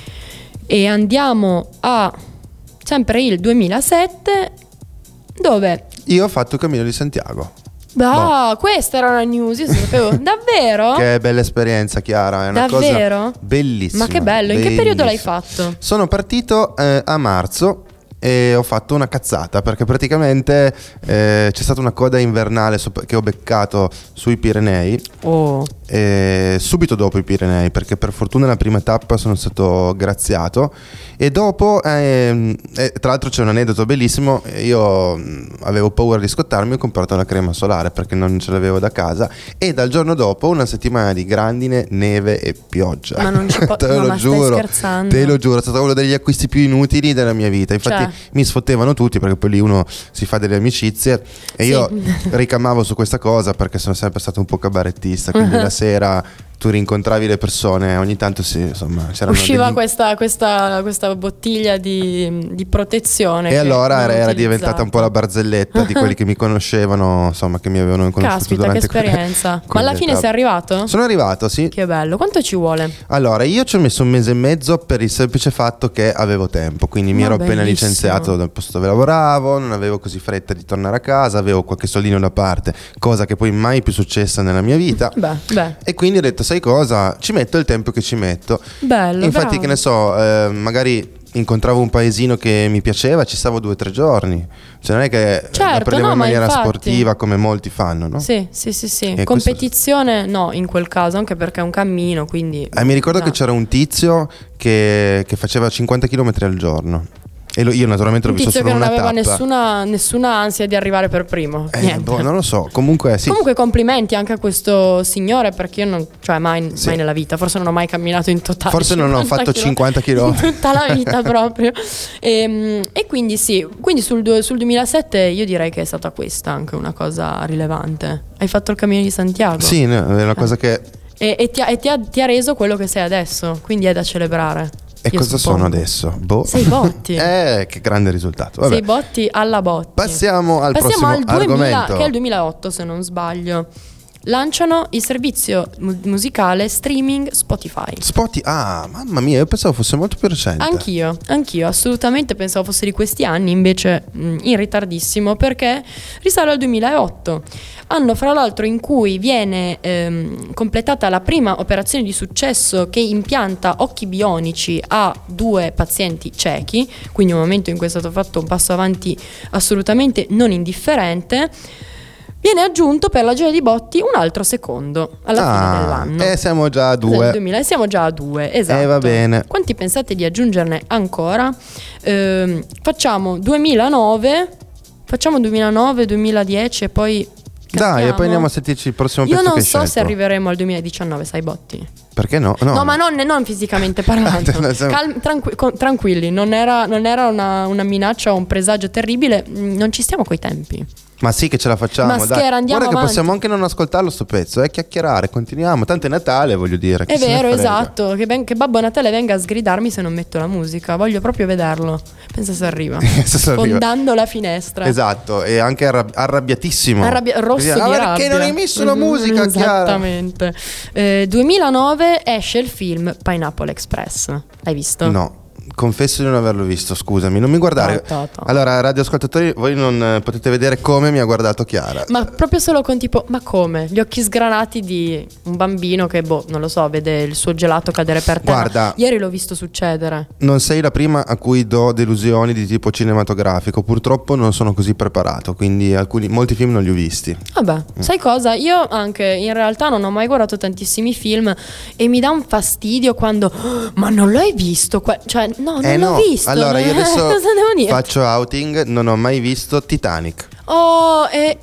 E andiamo a sempre il 2007, dove
Io ho fatto il Cammino di Santiago.
questa era una news, io sapevo. Davvero?
Che bella esperienza, Chiara, è una
Davvero?
cosa bellissima.
Ma che bello, in che periodo l'hai
bellissima.
fatto?
Sono partito a marzo e ho fatto una cazzata perché praticamente c'è stata una coda invernale che ho beccato sui Pirenei.
Oh.
Subito dopo i Pirenei, perché per fortuna nella prima tappa sono stato graziato, e dopo tra l'altro c'è un aneddoto bellissimo. Io avevo paura di scottarmi, ho comprato la crema solare perché non ce l'avevo da casa, e dal giorno dopo una settimana di grandine, neve e pioggia.
Ma non ci
te
no,
lo
ma
giuro,
stai scherzando?
te lo giuro, è stato uno degli acquisti più inutili della mia vita. Infatti mi sfottevano tutti, perché poi lì uno si fa delle amicizie, e
Sì.
io ricamavo su questa cosa perché sono sempre stato un po' cabarettista, quindi la sera tu rincontravi le persone, ogni tanto c'erano
Usciva
degli...
questa bottiglia di protezione.
E
che
allora
non
era
utilizzata.
diventata un po' la barzelletta di quelli che mi conoscevano, insomma, che mi avevano conosciuto
Caspita, che
durante
esperienza. Ma
quelle
alla fine
tappe.
sei arrivato?
Sono arrivato, sì.
Che bello. Quanto ci vuole?
Allora, io ci ho messo un mese e mezzo per il semplice fatto che avevo tempo, quindi mi
Ma
ero appena
bellissimo.
licenziato dal posto dove lavoravo, non avevo così fretta di tornare a casa, avevo qualche soldino da parte, cosa che poi mai più successa nella mia vita.
Beh.
E quindi ho detto, sai cosa? Ci metto il tempo che ci metto.
Bello.
Infatti,
bravo.
che ne so, magari incontravo un paesino che mi piaceva, ci stavo 2 o 3 giorni. Cioè non è che la
Certo,
prendevo
no,
in
ma
maniera
infatti.
sportiva come molti fanno, no?
Sì.
E
Competizione no, in quel caso, anche perché è un cammino, quindi...
Mi ricordo
no.
che c'era un tizio che faceva 50 km al giorno. E io naturalmente l'ho
Un
visto
tizio
solo
che non
una
aveva
tappa.
nessuna ansia di arrivare per primo. Niente.
Non lo so, comunque sì.
Comunque complimenti anche a questo signore, perché io non, cioè mai
Sì.
nella vita, forse non ho mai camminato in totale.
Forse non ho
50
fatto 50 km.
in tutta la vita proprio. E quindi sì, quindi sul 2007 io direi che è stata questa anche una cosa rilevante. Hai fatto il Cammino di Santiago.
Sì, no, è una cosa che...
E ti ha reso quello che sei adesso, quindi è da celebrare.
E
Io
cosa
suppongo.
sono adesso? Boh.
Sei Botti.
Che grande risultato. Vabbè.
Sei Botti alla Botti.
Passiamo al prossimo
al 2000,
argomento.
che è il 2008 se non sbaglio. Lanciano il servizio musicale streaming Spotify.
Mamma mia, io pensavo fosse molto più recente.
Anch'io, assolutamente pensavo fosse di questi anni, invece in ritardissimo, perché risale al 2008, anno fra l'altro in cui viene completata la prima operazione di successo che impianta occhi bionici a 2 pazienti ciechi, quindi un momento in cui è stato fatto un passo avanti assolutamente non indifferente. Viene aggiunto per la gioia di Botti un altro secondo alla fine dell'anno.
E siamo già a 2.
Del 2000, siamo già a 2, esatto.
Va bene.
Quanti pensate di aggiungerne ancora? Facciamo 2009, 2010 e poi
Dai, e
cambiamo.
poi andiamo a sentirci il prossimo
Io
pezzo
non
che hai
so se
scelto.
arriveremo al 2019, sai Botti?
Perché no?
No, ma non fisicamente parlando. Tranquilli, non era una minaccia o un presagio terribile. Non ci stiamo coi tempi.
Ma sì che ce la facciamo,
Ma
dai.
schiera, andiamo
Guarda che
avanti.
possiamo anche non ascoltarlo sto pezzo, chiacchierare, continuiamo. Tanto è Natale, voglio dire. chi
È
se ne
vero,
frega.
esatto. Che Babbo Natale venga a sgridarmi se non metto la musica. Voglio proprio vederlo. Pensa se arriva.
Se arriva.
Fondando la finestra.
Esatto, e anche arrabbiatissimo.
Rosso di rabbia.
Perché non hai messo la musica, Chiara?
Esattamente. 2009 esce il film Pineapple Express. L'hai visto?
No. Confesso di non averlo visto, scusami, non mi guardare. Allora, radioascoltatori, voi non potete vedere come mi ha guardato Chiara.
Ma proprio solo con tipo, ma come? Gli occhi sgranati di un bambino che, non lo so, vede il suo gelato cadere per terra.
Guarda,
ieri l'ho visto succedere.
Non sei la prima a cui do delusioni di tipo cinematografico. Purtroppo non sono così preparato, quindi molti film non li ho visti.
Vabbè, sai cosa? Io anche in realtà non ho mai guardato tantissimi film e mi dà un fastidio quando ma non l'hai visto? Cioè, no, non l'ho visto.
Allora, io adesso
cosa devo dire?
faccio outing, non ho mai visto Titanic.
Oh, e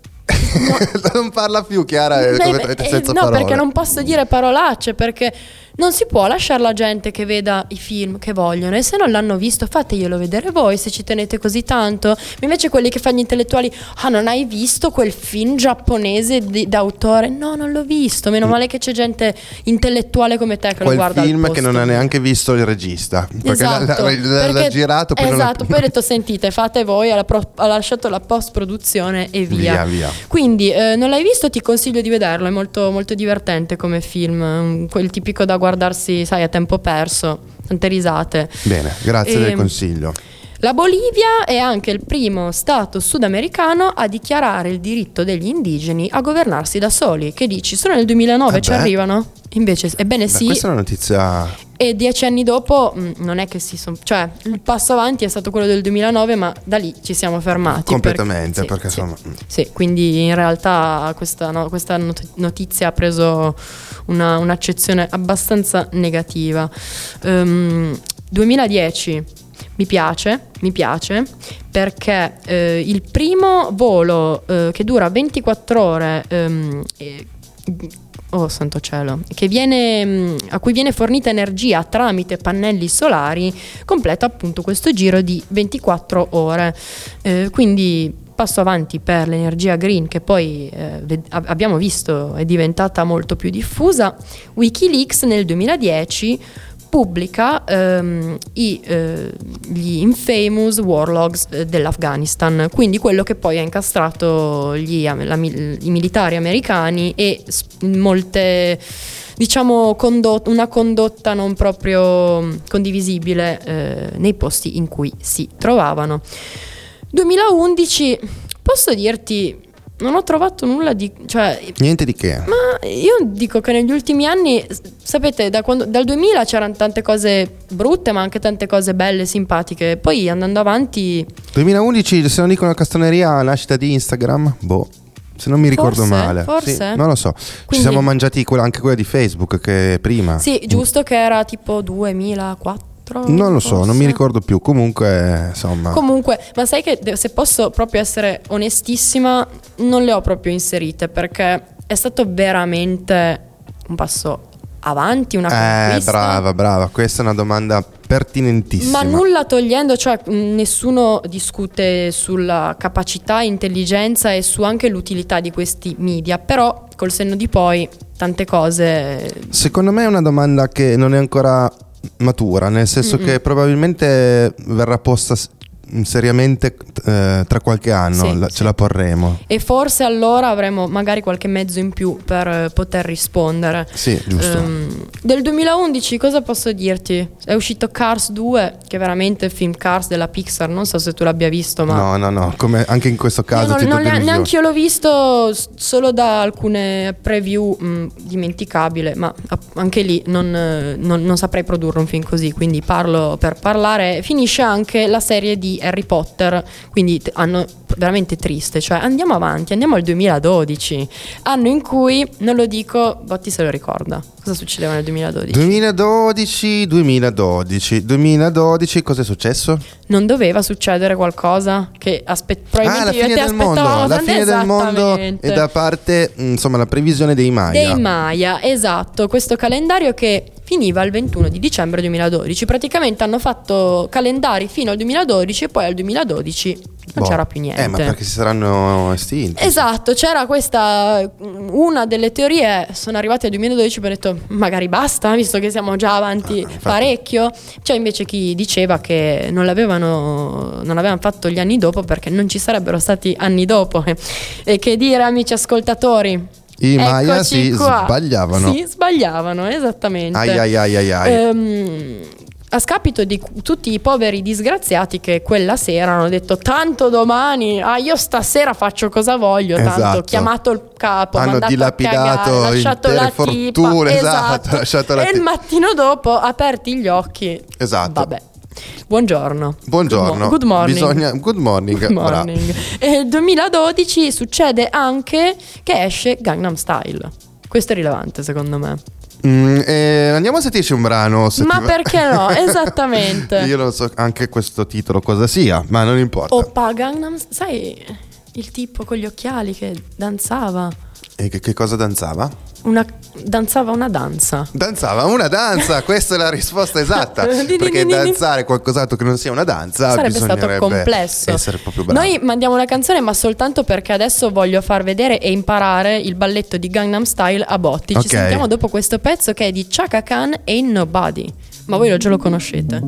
Non parla più, Chiara, è completamente senza
no,
parole.
perché non posso dire parolacce, perché non si può lasciare la gente che veda i film che vogliono, e se non l'hanno visto fateglielo vedere voi se ci tenete così tanto. Invece quelli che fanno gli intellettuali, non hai visto quel film giapponese d'autore? No, non l'ho visto. Meno male che c'è gente intellettuale come te che
quel
lo guarda
film
al posto
che non ha
mio.
neanche visto il regista, perché
Esatto,
l'ha girato, poi
esatto, poi ho detto sentite, fate voi, ha lasciato la post produzione e via. Quindi non l'hai visto, ti consiglio di vederlo, è molto, molto divertente come film, quel tipico da guardarsi, sai, a tempo perso, tante risate.
Bene, grazie del consiglio.
La Bolivia è anche il primo stato sudamericano a dichiarare il diritto degli indigeni a governarsi da soli. Che dici? Solo nel 2009 ci arrivano? Invece, ebbene sì.
Questa è una notizia.
E 10 anni dopo non è che cioè il passo avanti è stato quello del 2009, ma da lì ci siamo fermati.
Completamente, perché insomma.
Sì, quindi in realtà questa notizia ha preso un'accezione abbastanza negativa. 2010 mi piace perché il primo volo che dura 24 ore oh santo cielo, a cui viene fornita energia tramite pannelli solari, completa appunto questo giro di 24 ore. Quindi passo avanti per l'energia green, che poi abbiamo visto è diventata molto più diffusa. WikiLeaks nel 2010 pubblica gli infamous war logs dell'Afghanistan, quindi quello che poi ha incastrato i militari americani e molte, diciamo, una condotta non proprio condivisibile nei posti in cui si trovavano. 2011, posso dirti, non ho trovato nulla di, cioè,
niente di che.
Ma io dico che negli ultimi anni, sapete, dal 2000 c'erano tante cose brutte, ma anche tante cose belle, simpatiche. Poi andando avanti,
2011, se non dico una castroneria, nascita di Instagram, se non mi ricordo male.
Forse?
Sì, non lo so.
Quindi,
ci siamo mangiati anche quella di Facebook, che prima.
Sì, giusto, che era tipo 2004.
Non lo so,
forse.
non mi ricordo più. Comunque, insomma.
Ma sai che se posso proprio essere onestissima, non le ho proprio inserite perché è stato veramente un passo avanti, una conquista.
Brava, questa è una domanda pertinentissima.
Ma nulla togliendo, cioè nessuno discute sulla capacità, intelligenza e su anche l'utilità di questi media, però col senno di poi tante cose.
Secondo me è una domanda che non è ancora matura, nel senso che probabilmente verrà posta seriamente tra qualche anno, ce la porremo,
e forse allora avremo magari qualche mezzo in più per poter rispondere.
Sì, giusto.
Del 2011 cosa posso dirti? È uscito Cars 2, che è veramente il film Cars della Pixar, non so se tu l'abbia visto, ma
no, come anche in questo caso
neanche io l'ho visto, solo da alcune preview dimenticabile, ma anche lì non saprei produrre un film così, quindi parlo per parlare. Finisce anche la serie di Harry Potter, quindi hanno veramente triste, cioè andiamo avanti, andiamo al 2012, anno in cui, non lo dico, Botti se lo ricorda cosa succedeva nel 2012. 2012 cosa è successo? Non doveva succedere qualcosa che probabilmente
la fine del mondo, la fine del mondo, e da parte insomma la previsione dei Maya,
esatto, questo calendario che finiva il 21 di dicembre 2012. Praticamente hanno fatto calendari fino al 2012 e poi al 2012 non c'era più niente.
Ma perché si saranno estinti.
Esatto, c'era questa, una delle teorie, sono arrivati al 2012 e ho detto magari basta, visto che siamo già avanti parecchio. C'è invece chi diceva che non avevano fatto gli anni dopo perché non ci sarebbero stati anni dopo. E che dire, amici ascoltatori,
i Maya sbagliavano.
Sì, sbagliavano, esattamente.
Ai.
A scapito di tutti i poveri disgraziati che quella sera hanno detto tanto domani, io stasera faccio cosa voglio, tanto chiamato il capo,
hanno dilapidato intere fortune, lasciato la
e il mattino dopo aperti gli occhi.
Esatto.
Vabbè. Buongiorno.
Good morning. Good morning.
E nel 2012 succede anche che esce Gangnam Style. Questo è rilevante secondo me.
Andiamo a sentirci un brano.
Ma perché no? Esattamente.
Io non so anche questo titolo cosa sia, ma non importa.
Oppa, Gangnam, sai il tipo con gli occhiali che danzava?
E che cosa danzava?
danzava una danza.
Danzava una danza, questa è la risposta esatta. Perché danzare qualcos'altro che non sia una danza
sarebbe stato complesso.
Essere proprio bravi.
Noi mandiamo una canzone, ma soltanto perché adesso voglio far vedere e imparare il balletto di Gangnam Style a botti. Ci sentiamo dopo questo pezzo che è di Chaka Khan e Ain't Nobody. Ma voi già lo conoscete.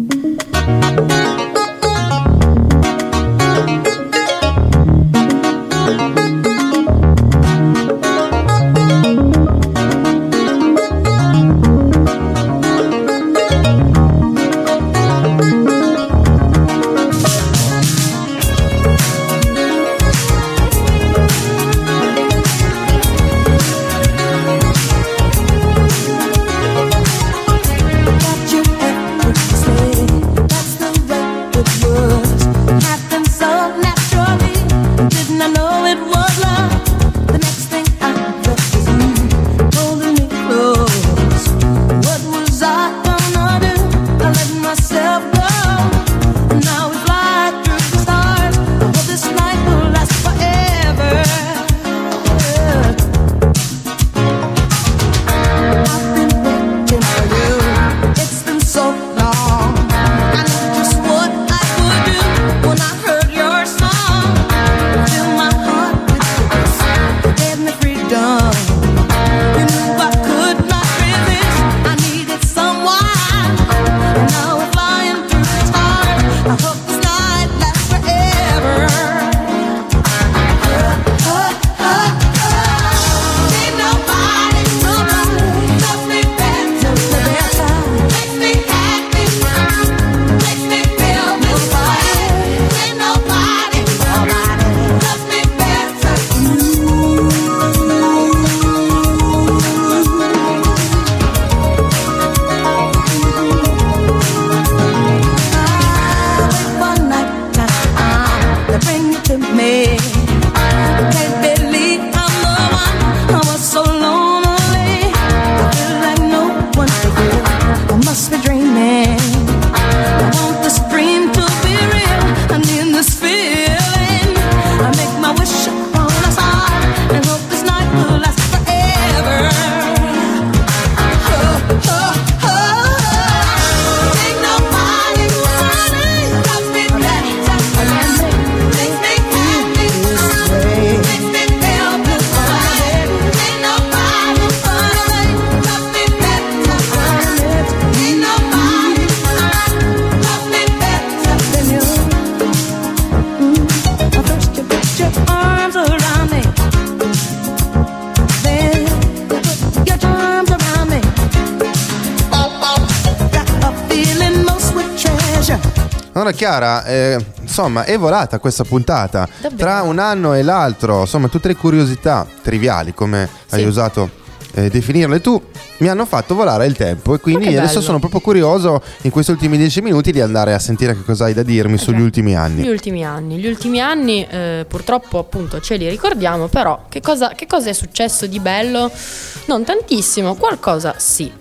Allora Chiara, insomma è volata questa puntata.
Davvero?
Tra un anno e l'altro, insomma tutte le curiosità triviali come hai usato definirle tu mi hanno fatto volare il tempo e quindi adesso sono proprio curioso in questi ultimi 10 minuti di andare a sentire che cosa hai da dirmi sugli ultimi anni.
Gli ultimi anni purtroppo appunto ce li ricordiamo, però che cosa è successo di bello? Non tantissimo, qualcosa sì.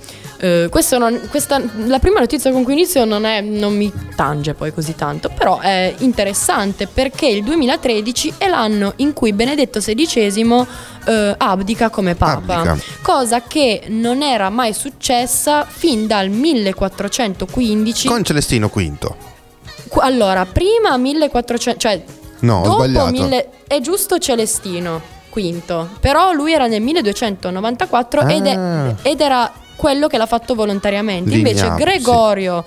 La prima notizia con cui inizio non mi tange poi così tanto, però è interessante perché il 2013 è l'anno in cui Benedetto XVI abdica come Papa, cosa che non era mai successa fin dal 1415
con Celestino V.
Allora, prima 1400, cioè
no,
dopo
ho sbagliato.
È giusto Celestino V, però lui era nel 1294 ed era quello che l'ha fatto volontariamente. Invece Gregorio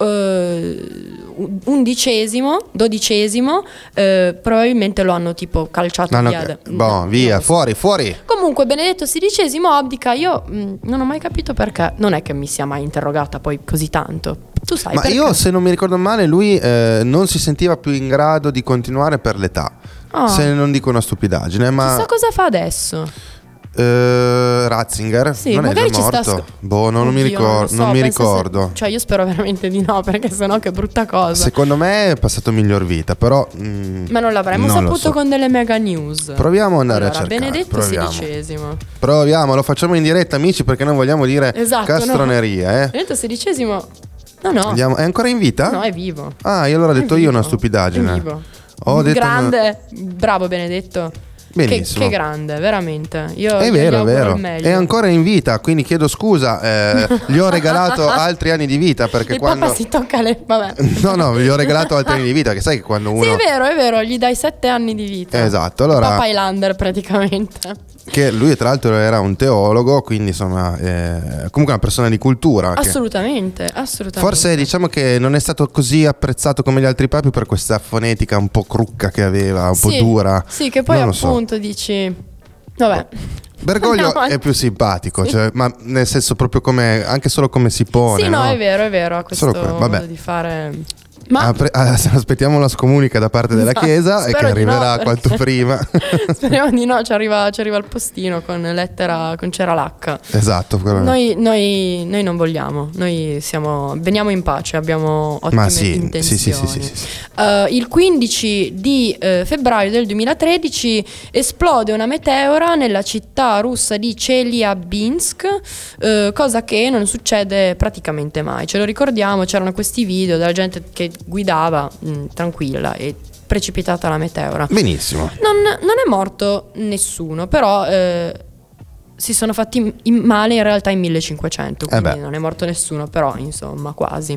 XII probabilmente lo hanno tipo calciato via. Fuori. Comunque Benedetto XVI abdica. Io non ho mai capito perché. Non è che mi sia mai interrogata poi così tanto. Tu sai
ma
perché?
Io, se non mi ricordo male, lui non si sentiva più in grado di continuare per l'età. Se non dico una stupidaggine, ma
chissà cosa fa adesso.
Ratzinger,
sì,
non è già morto? Non mi ricordo.
Cioè io spero veramente di no, perché sennò che brutta cosa.
Secondo me è passato miglior vita, però
ma non l'avremmo saputo con delle mega news.
Proviamo ad andare a cercare.
Benedetto XVI.
Proviamo, lo facciamo in diretta, amici, perché non vogliamo dire castronerie.
Benedetto XVI no.
Andiamo. È ancora in vita?
No, è vivo.
Io allora ho detto io una stupidaggine.
È vivo.
Grande,
bravo Benedetto.
Benissimo.
Che grande, veramente. Io
È
gli
vero, è
auguro
vero.
il meglio.
È ancora in vita, quindi chiedo scusa. Gli ho regalato altri anni di vita perché
Il
quando.
papà si tocca le. Vabbè.
No, gli ho regalato altri anni di vita. Che sai che quando uno.
Sì, è vero, gli dai 7 anni di vita.
Esatto, allora.
Papa Highlander praticamente.
Che lui tra l'altro era un teologo, quindi insomma comunque una persona di cultura.
Assolutamente.
Forse diciamo che non è stato così apprezzato come gli altri papi per questa fonetica un po' crucca che aveva, un po' dura.
Sì, che poi
Non lo so.
appunto dici. Vabbè.
Bergoglio è più simpatico,
Sì.
cioè, ma nel senso proprio come, anche solo come si pone.
Sì, no, è vero, ha questo
Solo vabbè.
modo di fare. Ma
Aspettiamo la scomunica da parte della
Esatto,
Chiesa e che
spero di
arriverà
no,
quanto
perché-
prima.
speriamo di no, ci arriva il postino con lettera con c'era l'H.
Esatto, quello-
Noi non vogliamo, veniamo in pace, abbiamo ottime
Ma sì,
intenzioni.
sì.
Il 15 di febbraio del 2013 esplode una meteora nella città russa di Chelyabinsk, cosa che non succede praticamente mai. Ce lo ricordiamo, c'erano questi video della gente che guidava tranquilla e precipitata la meteora.
Benissimo.
Non è morto nessuno, però si sono fatti male in realtà in 1500, quindi
beh.
non è morto nessuno, però insomma quasi.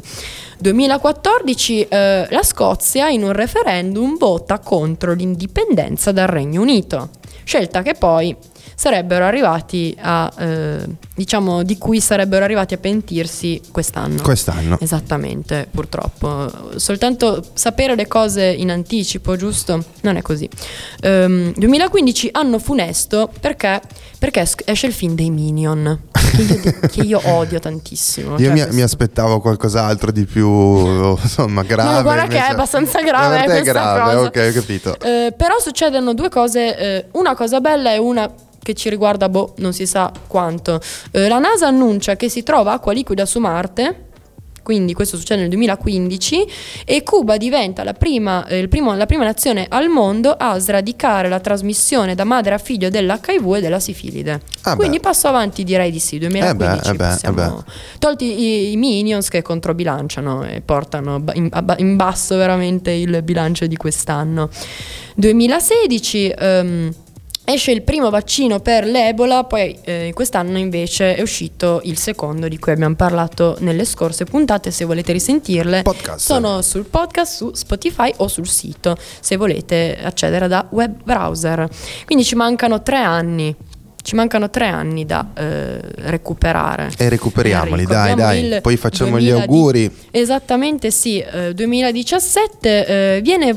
2014 la Scozia in un referendum vota contro l'indipendenza dal Regno Unito, scelta che poi sarebbero arrivati a diciamo di cui sarebbero arrivati a pentirsi quest'anno. Esattamente, purtroppo. Soltanto sapere le cose in anticipo, giusto? Non è così. 2015 anno funesto perché esce il film dei Minion che io odio tantissimo.
Io
Cioè,
mi aspettavo qualcos'altro di più, insomma, grave.
No, guarda che
invece-
è abbastanza grave
Per te è
questa
grave,
cosa.
ok, ho capito.
Però succedono due cose, una cosa bella e una che ci riguarda, non si sa quanto. La NASA annuncia che si trova acqua liquida su Marte, quindi questo succede nel 2015, e Cuba diventa la prima nazione al mondo a sradicare la trasmissione da madre a figlio dell'HIV e della sifilide. Quindi passo avanti, direi di sì. 2015 siamo tolti i Minions che controbilanciano e portano in basso veramente il bilancio di quest'anno. 2016 esce il primo vaccino per l'Ebola, poi quest'anno invece è uscito il secondo di cui abbiamo parlato nelle scorse puntate. Se volete risentirle, sono sul podcast, su Spotify o sul sito, se volete accedere da web browser. Quindi ci mancano 3 anni. Da recuperare.
E recuperiamoli,
Enrico,
dai. Poi facciamo gli auguri.
Esattamente sì, 2017 viene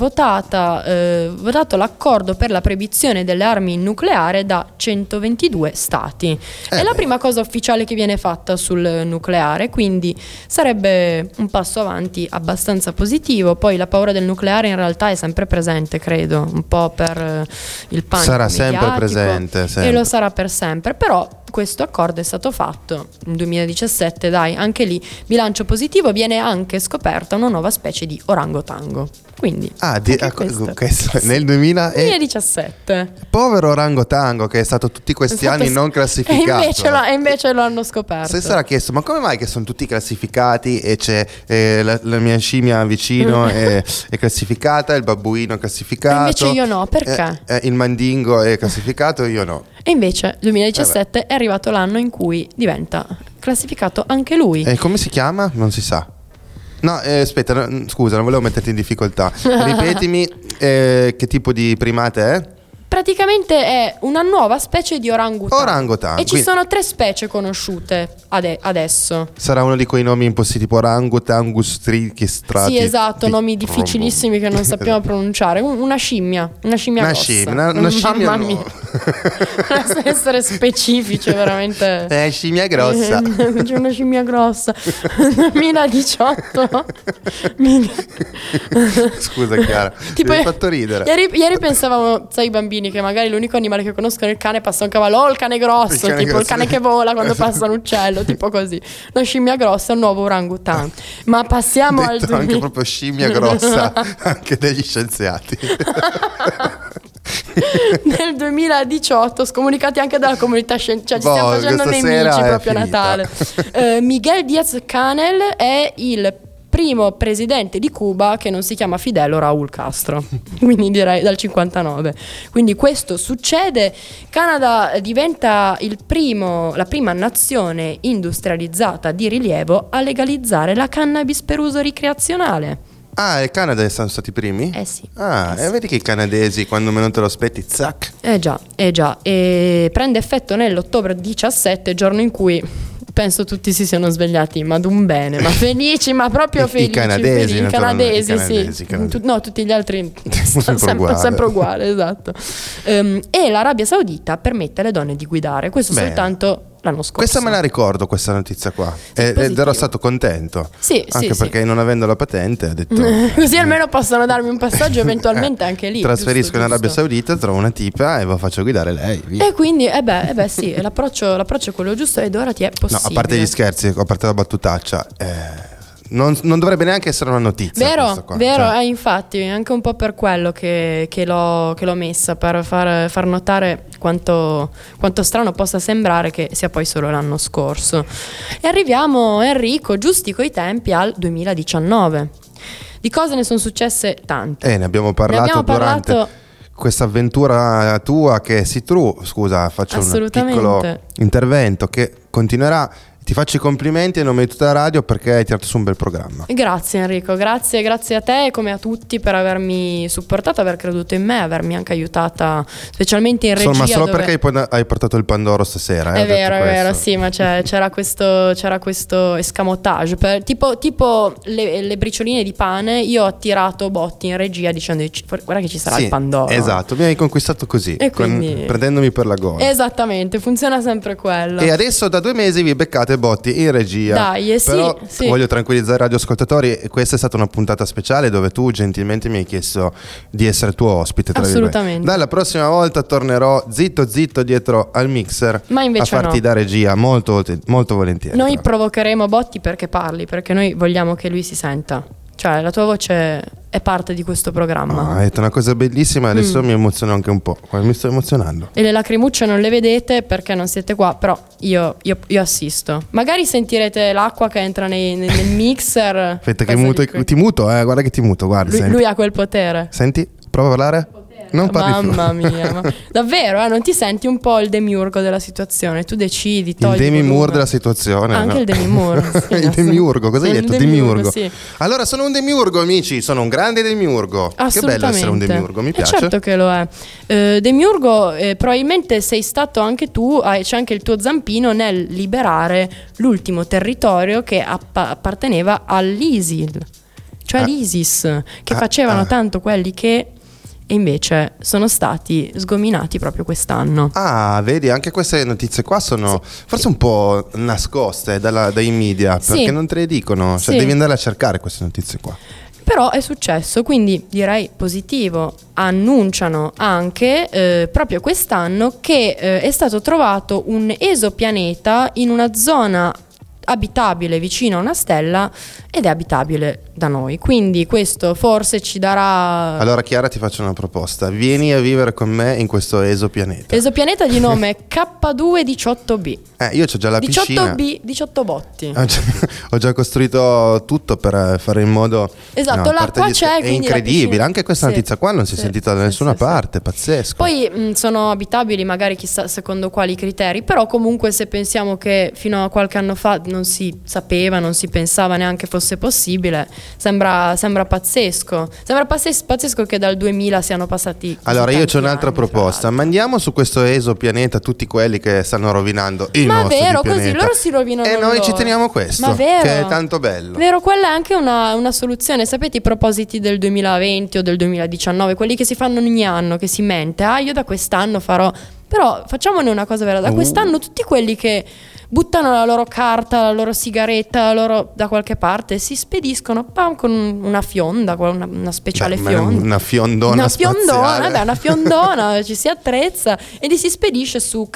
votato l'accordo per la proibizione delle armi nucleari da 122 stati. È la prima cosa ufficiale che viene fatta sul nucleare, quindi sarebbe un passo avanti abbastanza positivo. Poi la paura del nucleare in realtà è sempre presente, credo, un po' per il panico
Sarà sempre
mediatico,
presente, sempre.
e lo sarà per sempre, però questo accordo è stato fatto nel 2017, dai, anche lì bilancio positivo. Viene anche scoperta una nuova specie di orangotango, quindi
questo nel
2017.
Povero orangotango che è stato tutti questi anni non classificato,
e invece lo hanno scoperto.
Se sarà chiesto, ma come mai che sono tutti classificati e c'è la mia scimmia vicino è classificata, il babbuino è classificato,
E invece io no, perché?
Il mandingo è classificato, io no.
E invece 2017 è arrivato l'anno in cui diventa classificato anche lui.
E come si chiama? Non si sa. No, aspetta, scusa, non volevo metterti in difficoltà. Ripetimi che tipo di primate è?
Praticamente è una nuova specie di orangutan. E ci sono 3 specie conosciute adesso.
Sarà uno di quei nomi impossibili, tipo orangutangus trichistrati.
Sì, esatto, nomi difficilissimi che non sappiamo pronunciare. Una scimmia grossa.
Una scimmia
Mamma mia. Basta essere specifici, veramente.
Scimmia grossa.
C'è una scimmia grossa. 2018.
Scusa Chiara,
Tipo,
mi hai fatto ridere.
Ieri pensavamo, sai, i bambini che magari l'unico animale che conoscono è il cane, passa un cavallo, il cane grosso, il cane che vola quando passa un uccello, tipo così. La scimmia grossa è un nuovo orangutan. Ma passiamo al
Detto anche proprio scimmia grossa anche degli scienziati.
Nel 2018, scomunicati anche dalla comunità scientifica, ci stiamo facendo nemici proprio a Natale. Miguel Diaz-Canel è il primo presidente di Cuba che non si chiama Fidel o Raúl Castro, quindi direi dal 59. Quindi questo succede. Canada diventa la prima nazione industrializzata di rilievo a legalizzare la cannabis per uso ricreazionale.
Ah, il Canada sono stati i primi?
Sì.
Vedi che i canadesi quando meno te lo aspetti, zac.
Già. E prende effetto nell'ottobre 17, giorno in cui penso tutti si siano svegliati, ma d'un bene, ma felici, ma proprio felici.
I canadesi,
sì. No, tutti gli altri sempre uguale, esatto. E l'Arabia Saudita permette alle donne di guidare, questo soltanto l'anno scorso.
Questa me la ricordo, questa notizia qua, ed ero stato contento. Anche perché non avendo la patente ho detto
così almeno possono darmi un passaggio eventualmente anche lì.
Trasferisco in Arabia Saudita, trovo una tipa e faccio guidare lei, via.
E quindi sì, l'approccio è quello giusto ed ora ti è possibile.
No, a parte gli scherzi, a parte la battutaccia, non dovrebbe neanche essere una notizia.
Vero,
qua.
Infatti, è anche un po' per quello che l'ho messa, per far notare quanto strano possa sembrare che sia poi solo l'anno scorso. E arriviamo, Enrico, giusti coi tempi, al 2019. Di cose ne sono successe tante.
Ne abbiamo parlato durante questa avventura tua che si scusa, faccio un piccolo intervento che continuerà. Ti faccio i complimenti a nome di tutta la radio perché hai tirato su un bel programma. Grazie
Enrico, grazie a te come a tutti per avermi supportato, aver creduto in me, avermi anche aiutata specialmente in regia.
Ma solo perché hai portato il Pandoro stasera.
È vero, sì, ma c'era questo escamotage. Tipo le bricioline di pane, io ho tirato Botti in regia dicendo guarda che ci sarà il Pandoro.
Esatto, mi hai conquistato così, prendendomi per la gola.
Esattamente, funziona sempre quello.
E adesso da 2 mesi vi beccate Botti in regia.
Dai,
però voglio tranquillizzare i radioascoltatori, questa è stata una puntata speciale dove tu gentilmente mi hai chiesto di essere tuo ospite,
assolutamente.
Dalla prossima volta tornerò zitto dietro al mixer,
ma invece
a farti da regia molto, molto volentieri.
Noi provocheremo Botti perché parli, perché noi vogliamo che lui si senta. Cioè la tua voce è parte di questo programma.
Hai detto una cosa bellissima, adesso mi emoziono anche un po'. Mi sto emozionando.
E le lacrimucce non le vedete perché non siete qua, però io assisto. Magari sentirete l'acqua che entra nel mixer.
Aspetta che ti muto, guarda che ti muto, guarda.
Lui ha quel potere.
Senti, prova a parlare. Non parli
Mamma mia, ma davvero, non ti senti un po' il demiurgo della situazione? Tu decidi,
il demi-moore della situazione.
Anche il demiurgo. Sì,
il demiurgo, cosa hai detto? Demiurgo.
Sì.
Allora sono un demiurgo, amici, sono un grande demiurgo. Che bello essere un demiurgo, mi piace.
Certo che lo è. Demiurgo, probabilmente sei stato anche tu, c'è anche il tuo zampino nel liberare l'ultimo territorio che apparteneva all'ISIL, cioè l'ISIS, che facevano tanto quelli che... E invece sono stati sgominati proprio quest'anno.
Vedi, anche queste notizie qua sono forse un po' nascoste dai media, perché non te le dicono, cioè devi andare a cercare queste notizie qua.
Però è successo, quindi direi positivo. Annunciano anche proprio quest'anno che è stato trovato un esopianeta in una zona abitabile vicino a una stella ed è abitabile da noi, quindi questo forse ci darà...
Allora Chiara, ti faccio una proposta, vieni a vivere con me in questo esopianeta
di nome K218b.
Io c'ho già la
18B,
piscina,
18 botti.
ho già costruito tutto per fare in modo...
Esatto, l'acqua c'è,
è incredibile, anche questa notizia qua non si è sentita da nessuna parte, pazzesco.
Poi sono abitabili magari chissà secondo quali criteri, però comunque se pensiamo che fino a qualche anno fa non si sapeva, non si pensava neanche fosse possibile, sembra pazzesco. Sembra pazzesco che dal 2000 siano passati.
Allora io c'ho un'altra proposta, mandiamo su questo esopianeta tutti quelli che stanno rovinando il nostro
vero,
pianeta.
Così loro si rovinano.
E noi ci teniamo questo, che è tanto bello.
Vero, quella è anche una soluzione. Sapete i propositi del 2020 o del 2019, quelli che si fanno ogni anno, che si mente, io da quest'anno farò. Però facciamone una cosa vera, da quest'anno tutti quelli che buttano la loro carta, la loro sigaretta, da qualche parte, si spediscono con una fionda, una speciale fionda.
Una fiondona spaziale.
Una fiondona, ci si attrezza e li si spedisce su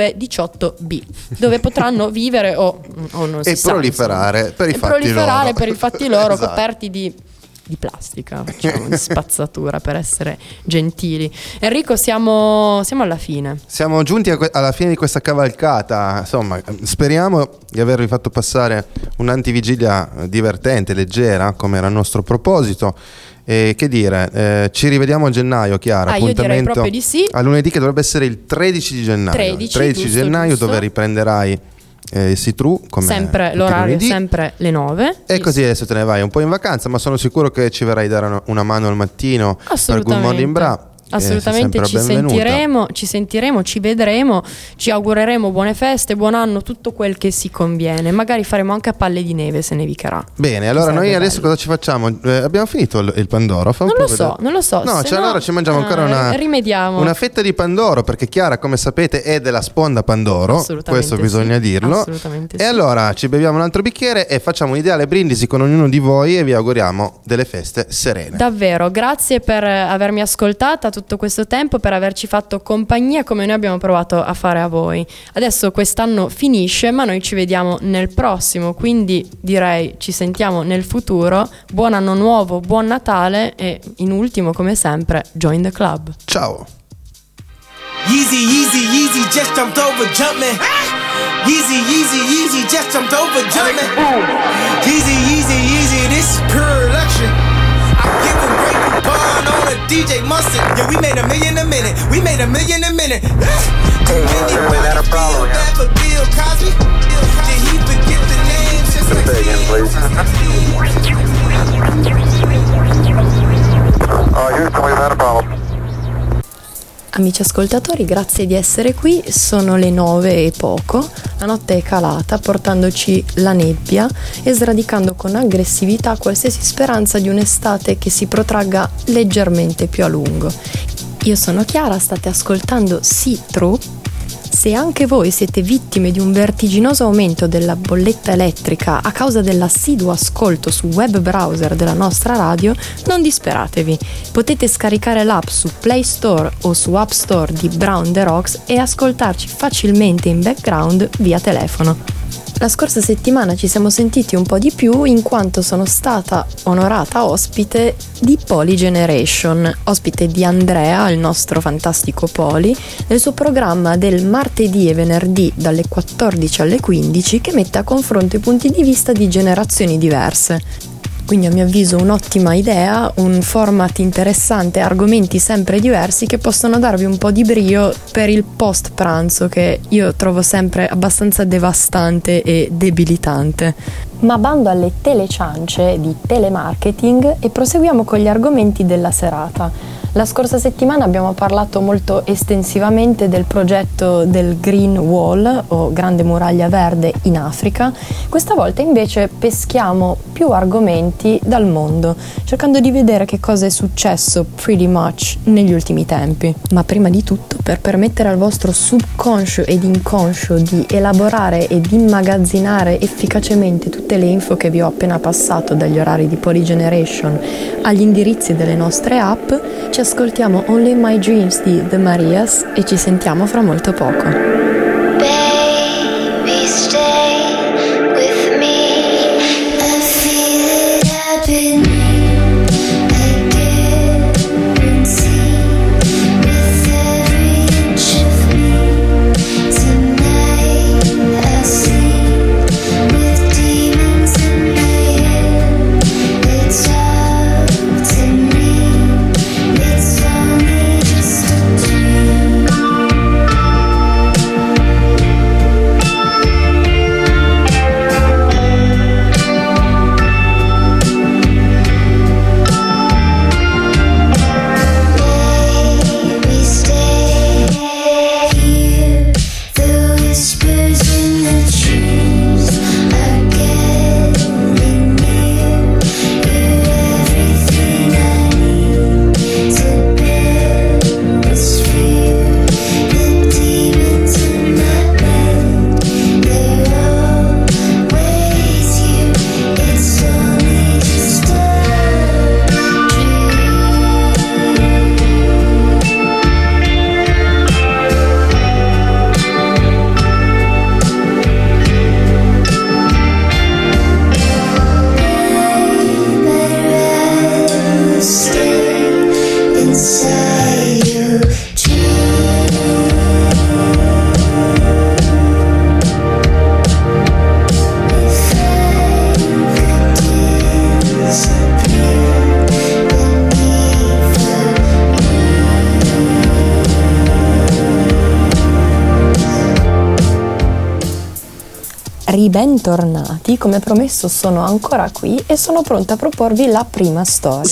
K218b, dove potranno vivere o non si sa.
E proliferare per i fatti loro.
Per i fatti loro,
Esatto.
coperti di di plastica, facciamo di spazzatura per essere gentili. Enrico, siamo alla fine.
Siamo giunti alla fine di questa cavalcata. Insomma, speriamo di avervi fatto passare un'antivigilia divertente, leggera, come era il nostro proposito. E che dire, ci rivediamo a gennaio, Chiara.
Io direi
Appuntamento
proprio di sì.
a lunedì, che dovrebbe essere il 13 di gennaio. 13
giusto,
gennaio,
giusto.
dove riprenderai Si True, come
sempre
tutti i
l'orario,
lunedì.
sempre le 9.
E così adesso te ne vai un po' in vacanza, ma sono sicuro che ci verrai dare una mano al mattino per Good Morning Bra.
Assolutamente, ci sentiremo, ci vedremo, ci augureremo buone feste, buon anno, tutto quel che si conviene. Magari faremo anche a palle di neve se nevicherà.
Bene, allora noi adesso cosa ci facciamo? Abbiamo finito il Pandoro?
Non lo so.
No, allora ci mangiamo ancora una fetta di Pandoro, perché Chiara, come sapete, è della sponda Pandoro. Questo bisogna dirlo.
Assolutamente sì.
E allora ci beviamo un altro bicchiere e facciamo un ideale brindisi con ognuno di voi e vi auguriamo delle feste serene.
Davvero, grazie per avermi ascoltata tutto questo tempo, per averci fatto compagnia come noi abbiamo provato a fare a voi. Adesso quest'anno finisce, ma noi ci vediamo nel prossimo, quindi direi ci sentiamo nel futuro. Buon anno nuovo, buon Natale e in ultimo, come sempre, join the club.
Ciao.
Yeezy, just jumped over jumping. Yeezy, just jumped over jumping. Yeezy, this is pure luxury. I give away the barn on a DJ Mustard. Yeah, we made $1 million a minute. We made $1 million a minute. Too many bodies feel bad for Bill Cosby. Did he forget the names just like
Houston, we've had a problem.
Amici ascoltatori, grazie di essere qui. Sono le 9 e poco. La notte è calata, portandoci la nebbia e sradicando con aggressività qualsiasi speranza di un'estate che si protragga leggermente più a lungo. Io sono Chiara, state ascoltando Si True. Se anche voi siete vittime di un vertiginoso aumento della bolletta elettrica a causa dell'assiduo ascolto su web browser della nostra radio, non disperatevi. Potete scaricare l'app su Play Store o su App Store di Brown The Rocks e ascoltarci facilmente in background via telefono. La scorsa settimana ci siamo sentiti un po' di più in quanto sono stata onorata ospite di Poly Generation, ospite di Andrea, il nostro fantastico Poly, nel suo programma del martedì e venerdì dalle 14 alle 15 che mette a confronto i punti di vista di generazioni diverse. Quindi a mio avviso un'ottima idea, un format interessante, argomenti sempre diversi che possono darvi un po' di brio per il post pranzo che io trovo sempre abbastanza devastante e debilitante. Ma bando alle teleciance di telemarketing e proseguiamo con gli argomenti della serata. La scorsa settimana abbiamo parlato molto estensivamente del progetto del Green Wall o Grande Muraglia Verde in Africa. Questa volta invece peschiamo più argomenti dal mondo, cercando di vedere che cosa è successo pretty much negli ultimi tempi. Ma prima di tutto, per permettere al vostro subconscio ed inconscio di elaborare ed immagazzinare efficacemente tutte le info che vi ho appena passato dagli orari di Poly Generation agli indirizzi delle nostre app, ci ascoltiamo Only My Dreams di The Marias e ci sentiamo fra molto poco.
Baby, stay with me. I feel it happening again. See with every inch of me. Tonight I sleep with demons in my head. They talk to me. It's only just a dream.
cari, bentornati. Come promesso sono ancora qui e sono pronta a proporvi la prima storia.